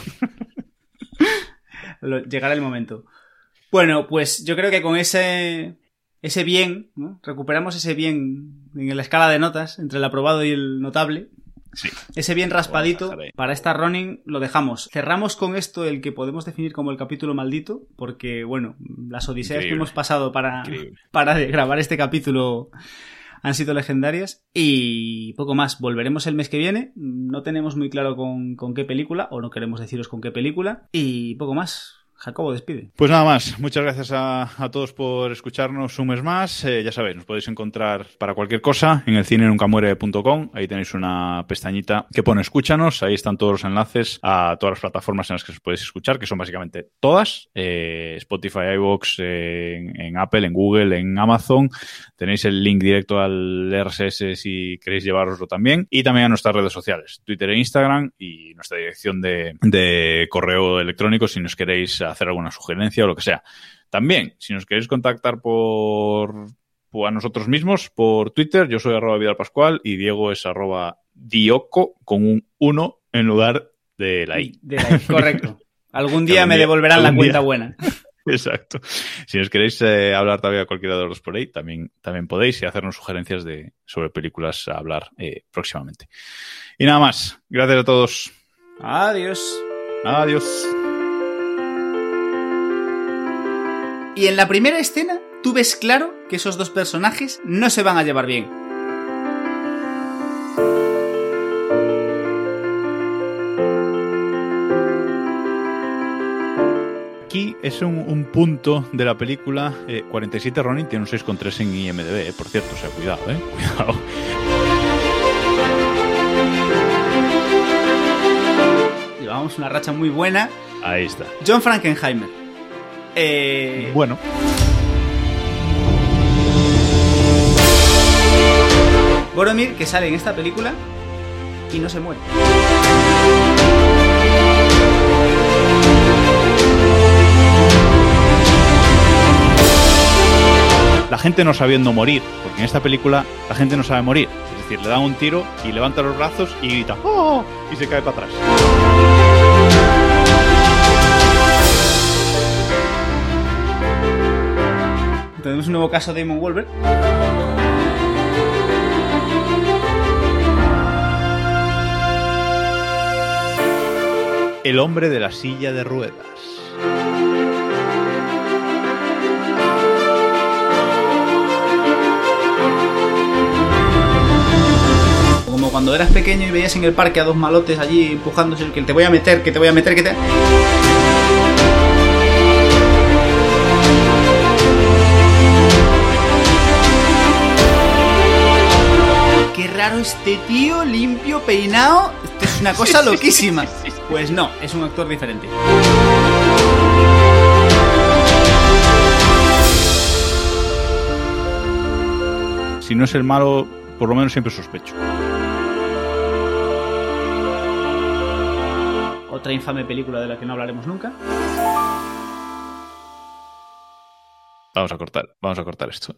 Llegará el momento. Bueno, pues yo creo que con ese bien, ¿no? Recuperamos ese bien en la escala de notas entre el aprobado y el notable. Sí. Ese bien raspadito para esta Ronin lo dejamos. Cerramos con esto el que podemos definir como el capítulo maldito, porque, bueno, las odiseas que hemos pasado para grabar este capítulo han sido legendarias. Y poco más, volveremos el mes que viene. No tenemos muy claro con qué película, o no queremos deciros con qué película. Y poco más. Jacobo, despide. Pues nada más, muchas gracias a todos por escucharnos un mes más. Ya sabéis, nos podéis encontrar para cualquier cosa en elcinenuncamure.com. Ahí tenéis una pestañita que pone escúchanos. Ahí están todos los enlaces a todas las plataformas en las que os podéis escuchar, que son básicamente todas. Spotify, iVoox, en Apple, en Google, en Amazon. Tenéis el link directo al RSS si queréis llevároslo también. Y también a nuestras redes sociales, Twitter e Instagram, y nuestra dirección de correo electrónico si nos queréis hacer alguna sugerencia o lo que sea. También, si nos queréis contactar a nosotros mismos por Twitter, yo soy @VidalPascual y Diego es @Dioco con un 1 en lugar de la I. Correcto. Algún día me devolverán la cuenta buena. Exacto. Si nos queréis hablar todavía cualquiera de los dos por ahí, también podéis, y hacernos sugerencias sobre películas a hablar próximamente. Y nada más. Gracias a todos. Adiós. Adiós. Y en la primera escena, tú ves claro que esos dos personajes no se van a llevar bien. Aquí es un punto de la película. 47 Ronin tiene un 6,3 en IMDb, por cierto, o sea, cuidado, cuidado. Llevamos una racha muy buena. Ahí está. John Frankenheimer. Bueno. Boromir, que sale en esta película y no se muere. La gente no sabiendo morir, porque en esta película la gente no sabe morir. Es decir, le dan un tiro y levanta los brazos y grita ¡oh! Y se cae para atrás. Tenemos un nuevo caso de Damon Wolver. El hombre de la silla de ruedas. Como cuando eras pequeño y veías en el parque a dos malotes allí empujándose, que te voy a meter, que te voy a meter, que te... Qué raro este tío, limpio, peinado. Esto es una cosa loquísima. Pues no, es un actor diferente. Si no es el malo, por lo menos siempre sospecho. Otra infame película de la que no hablaremos nunca. Vamos a cortar esto.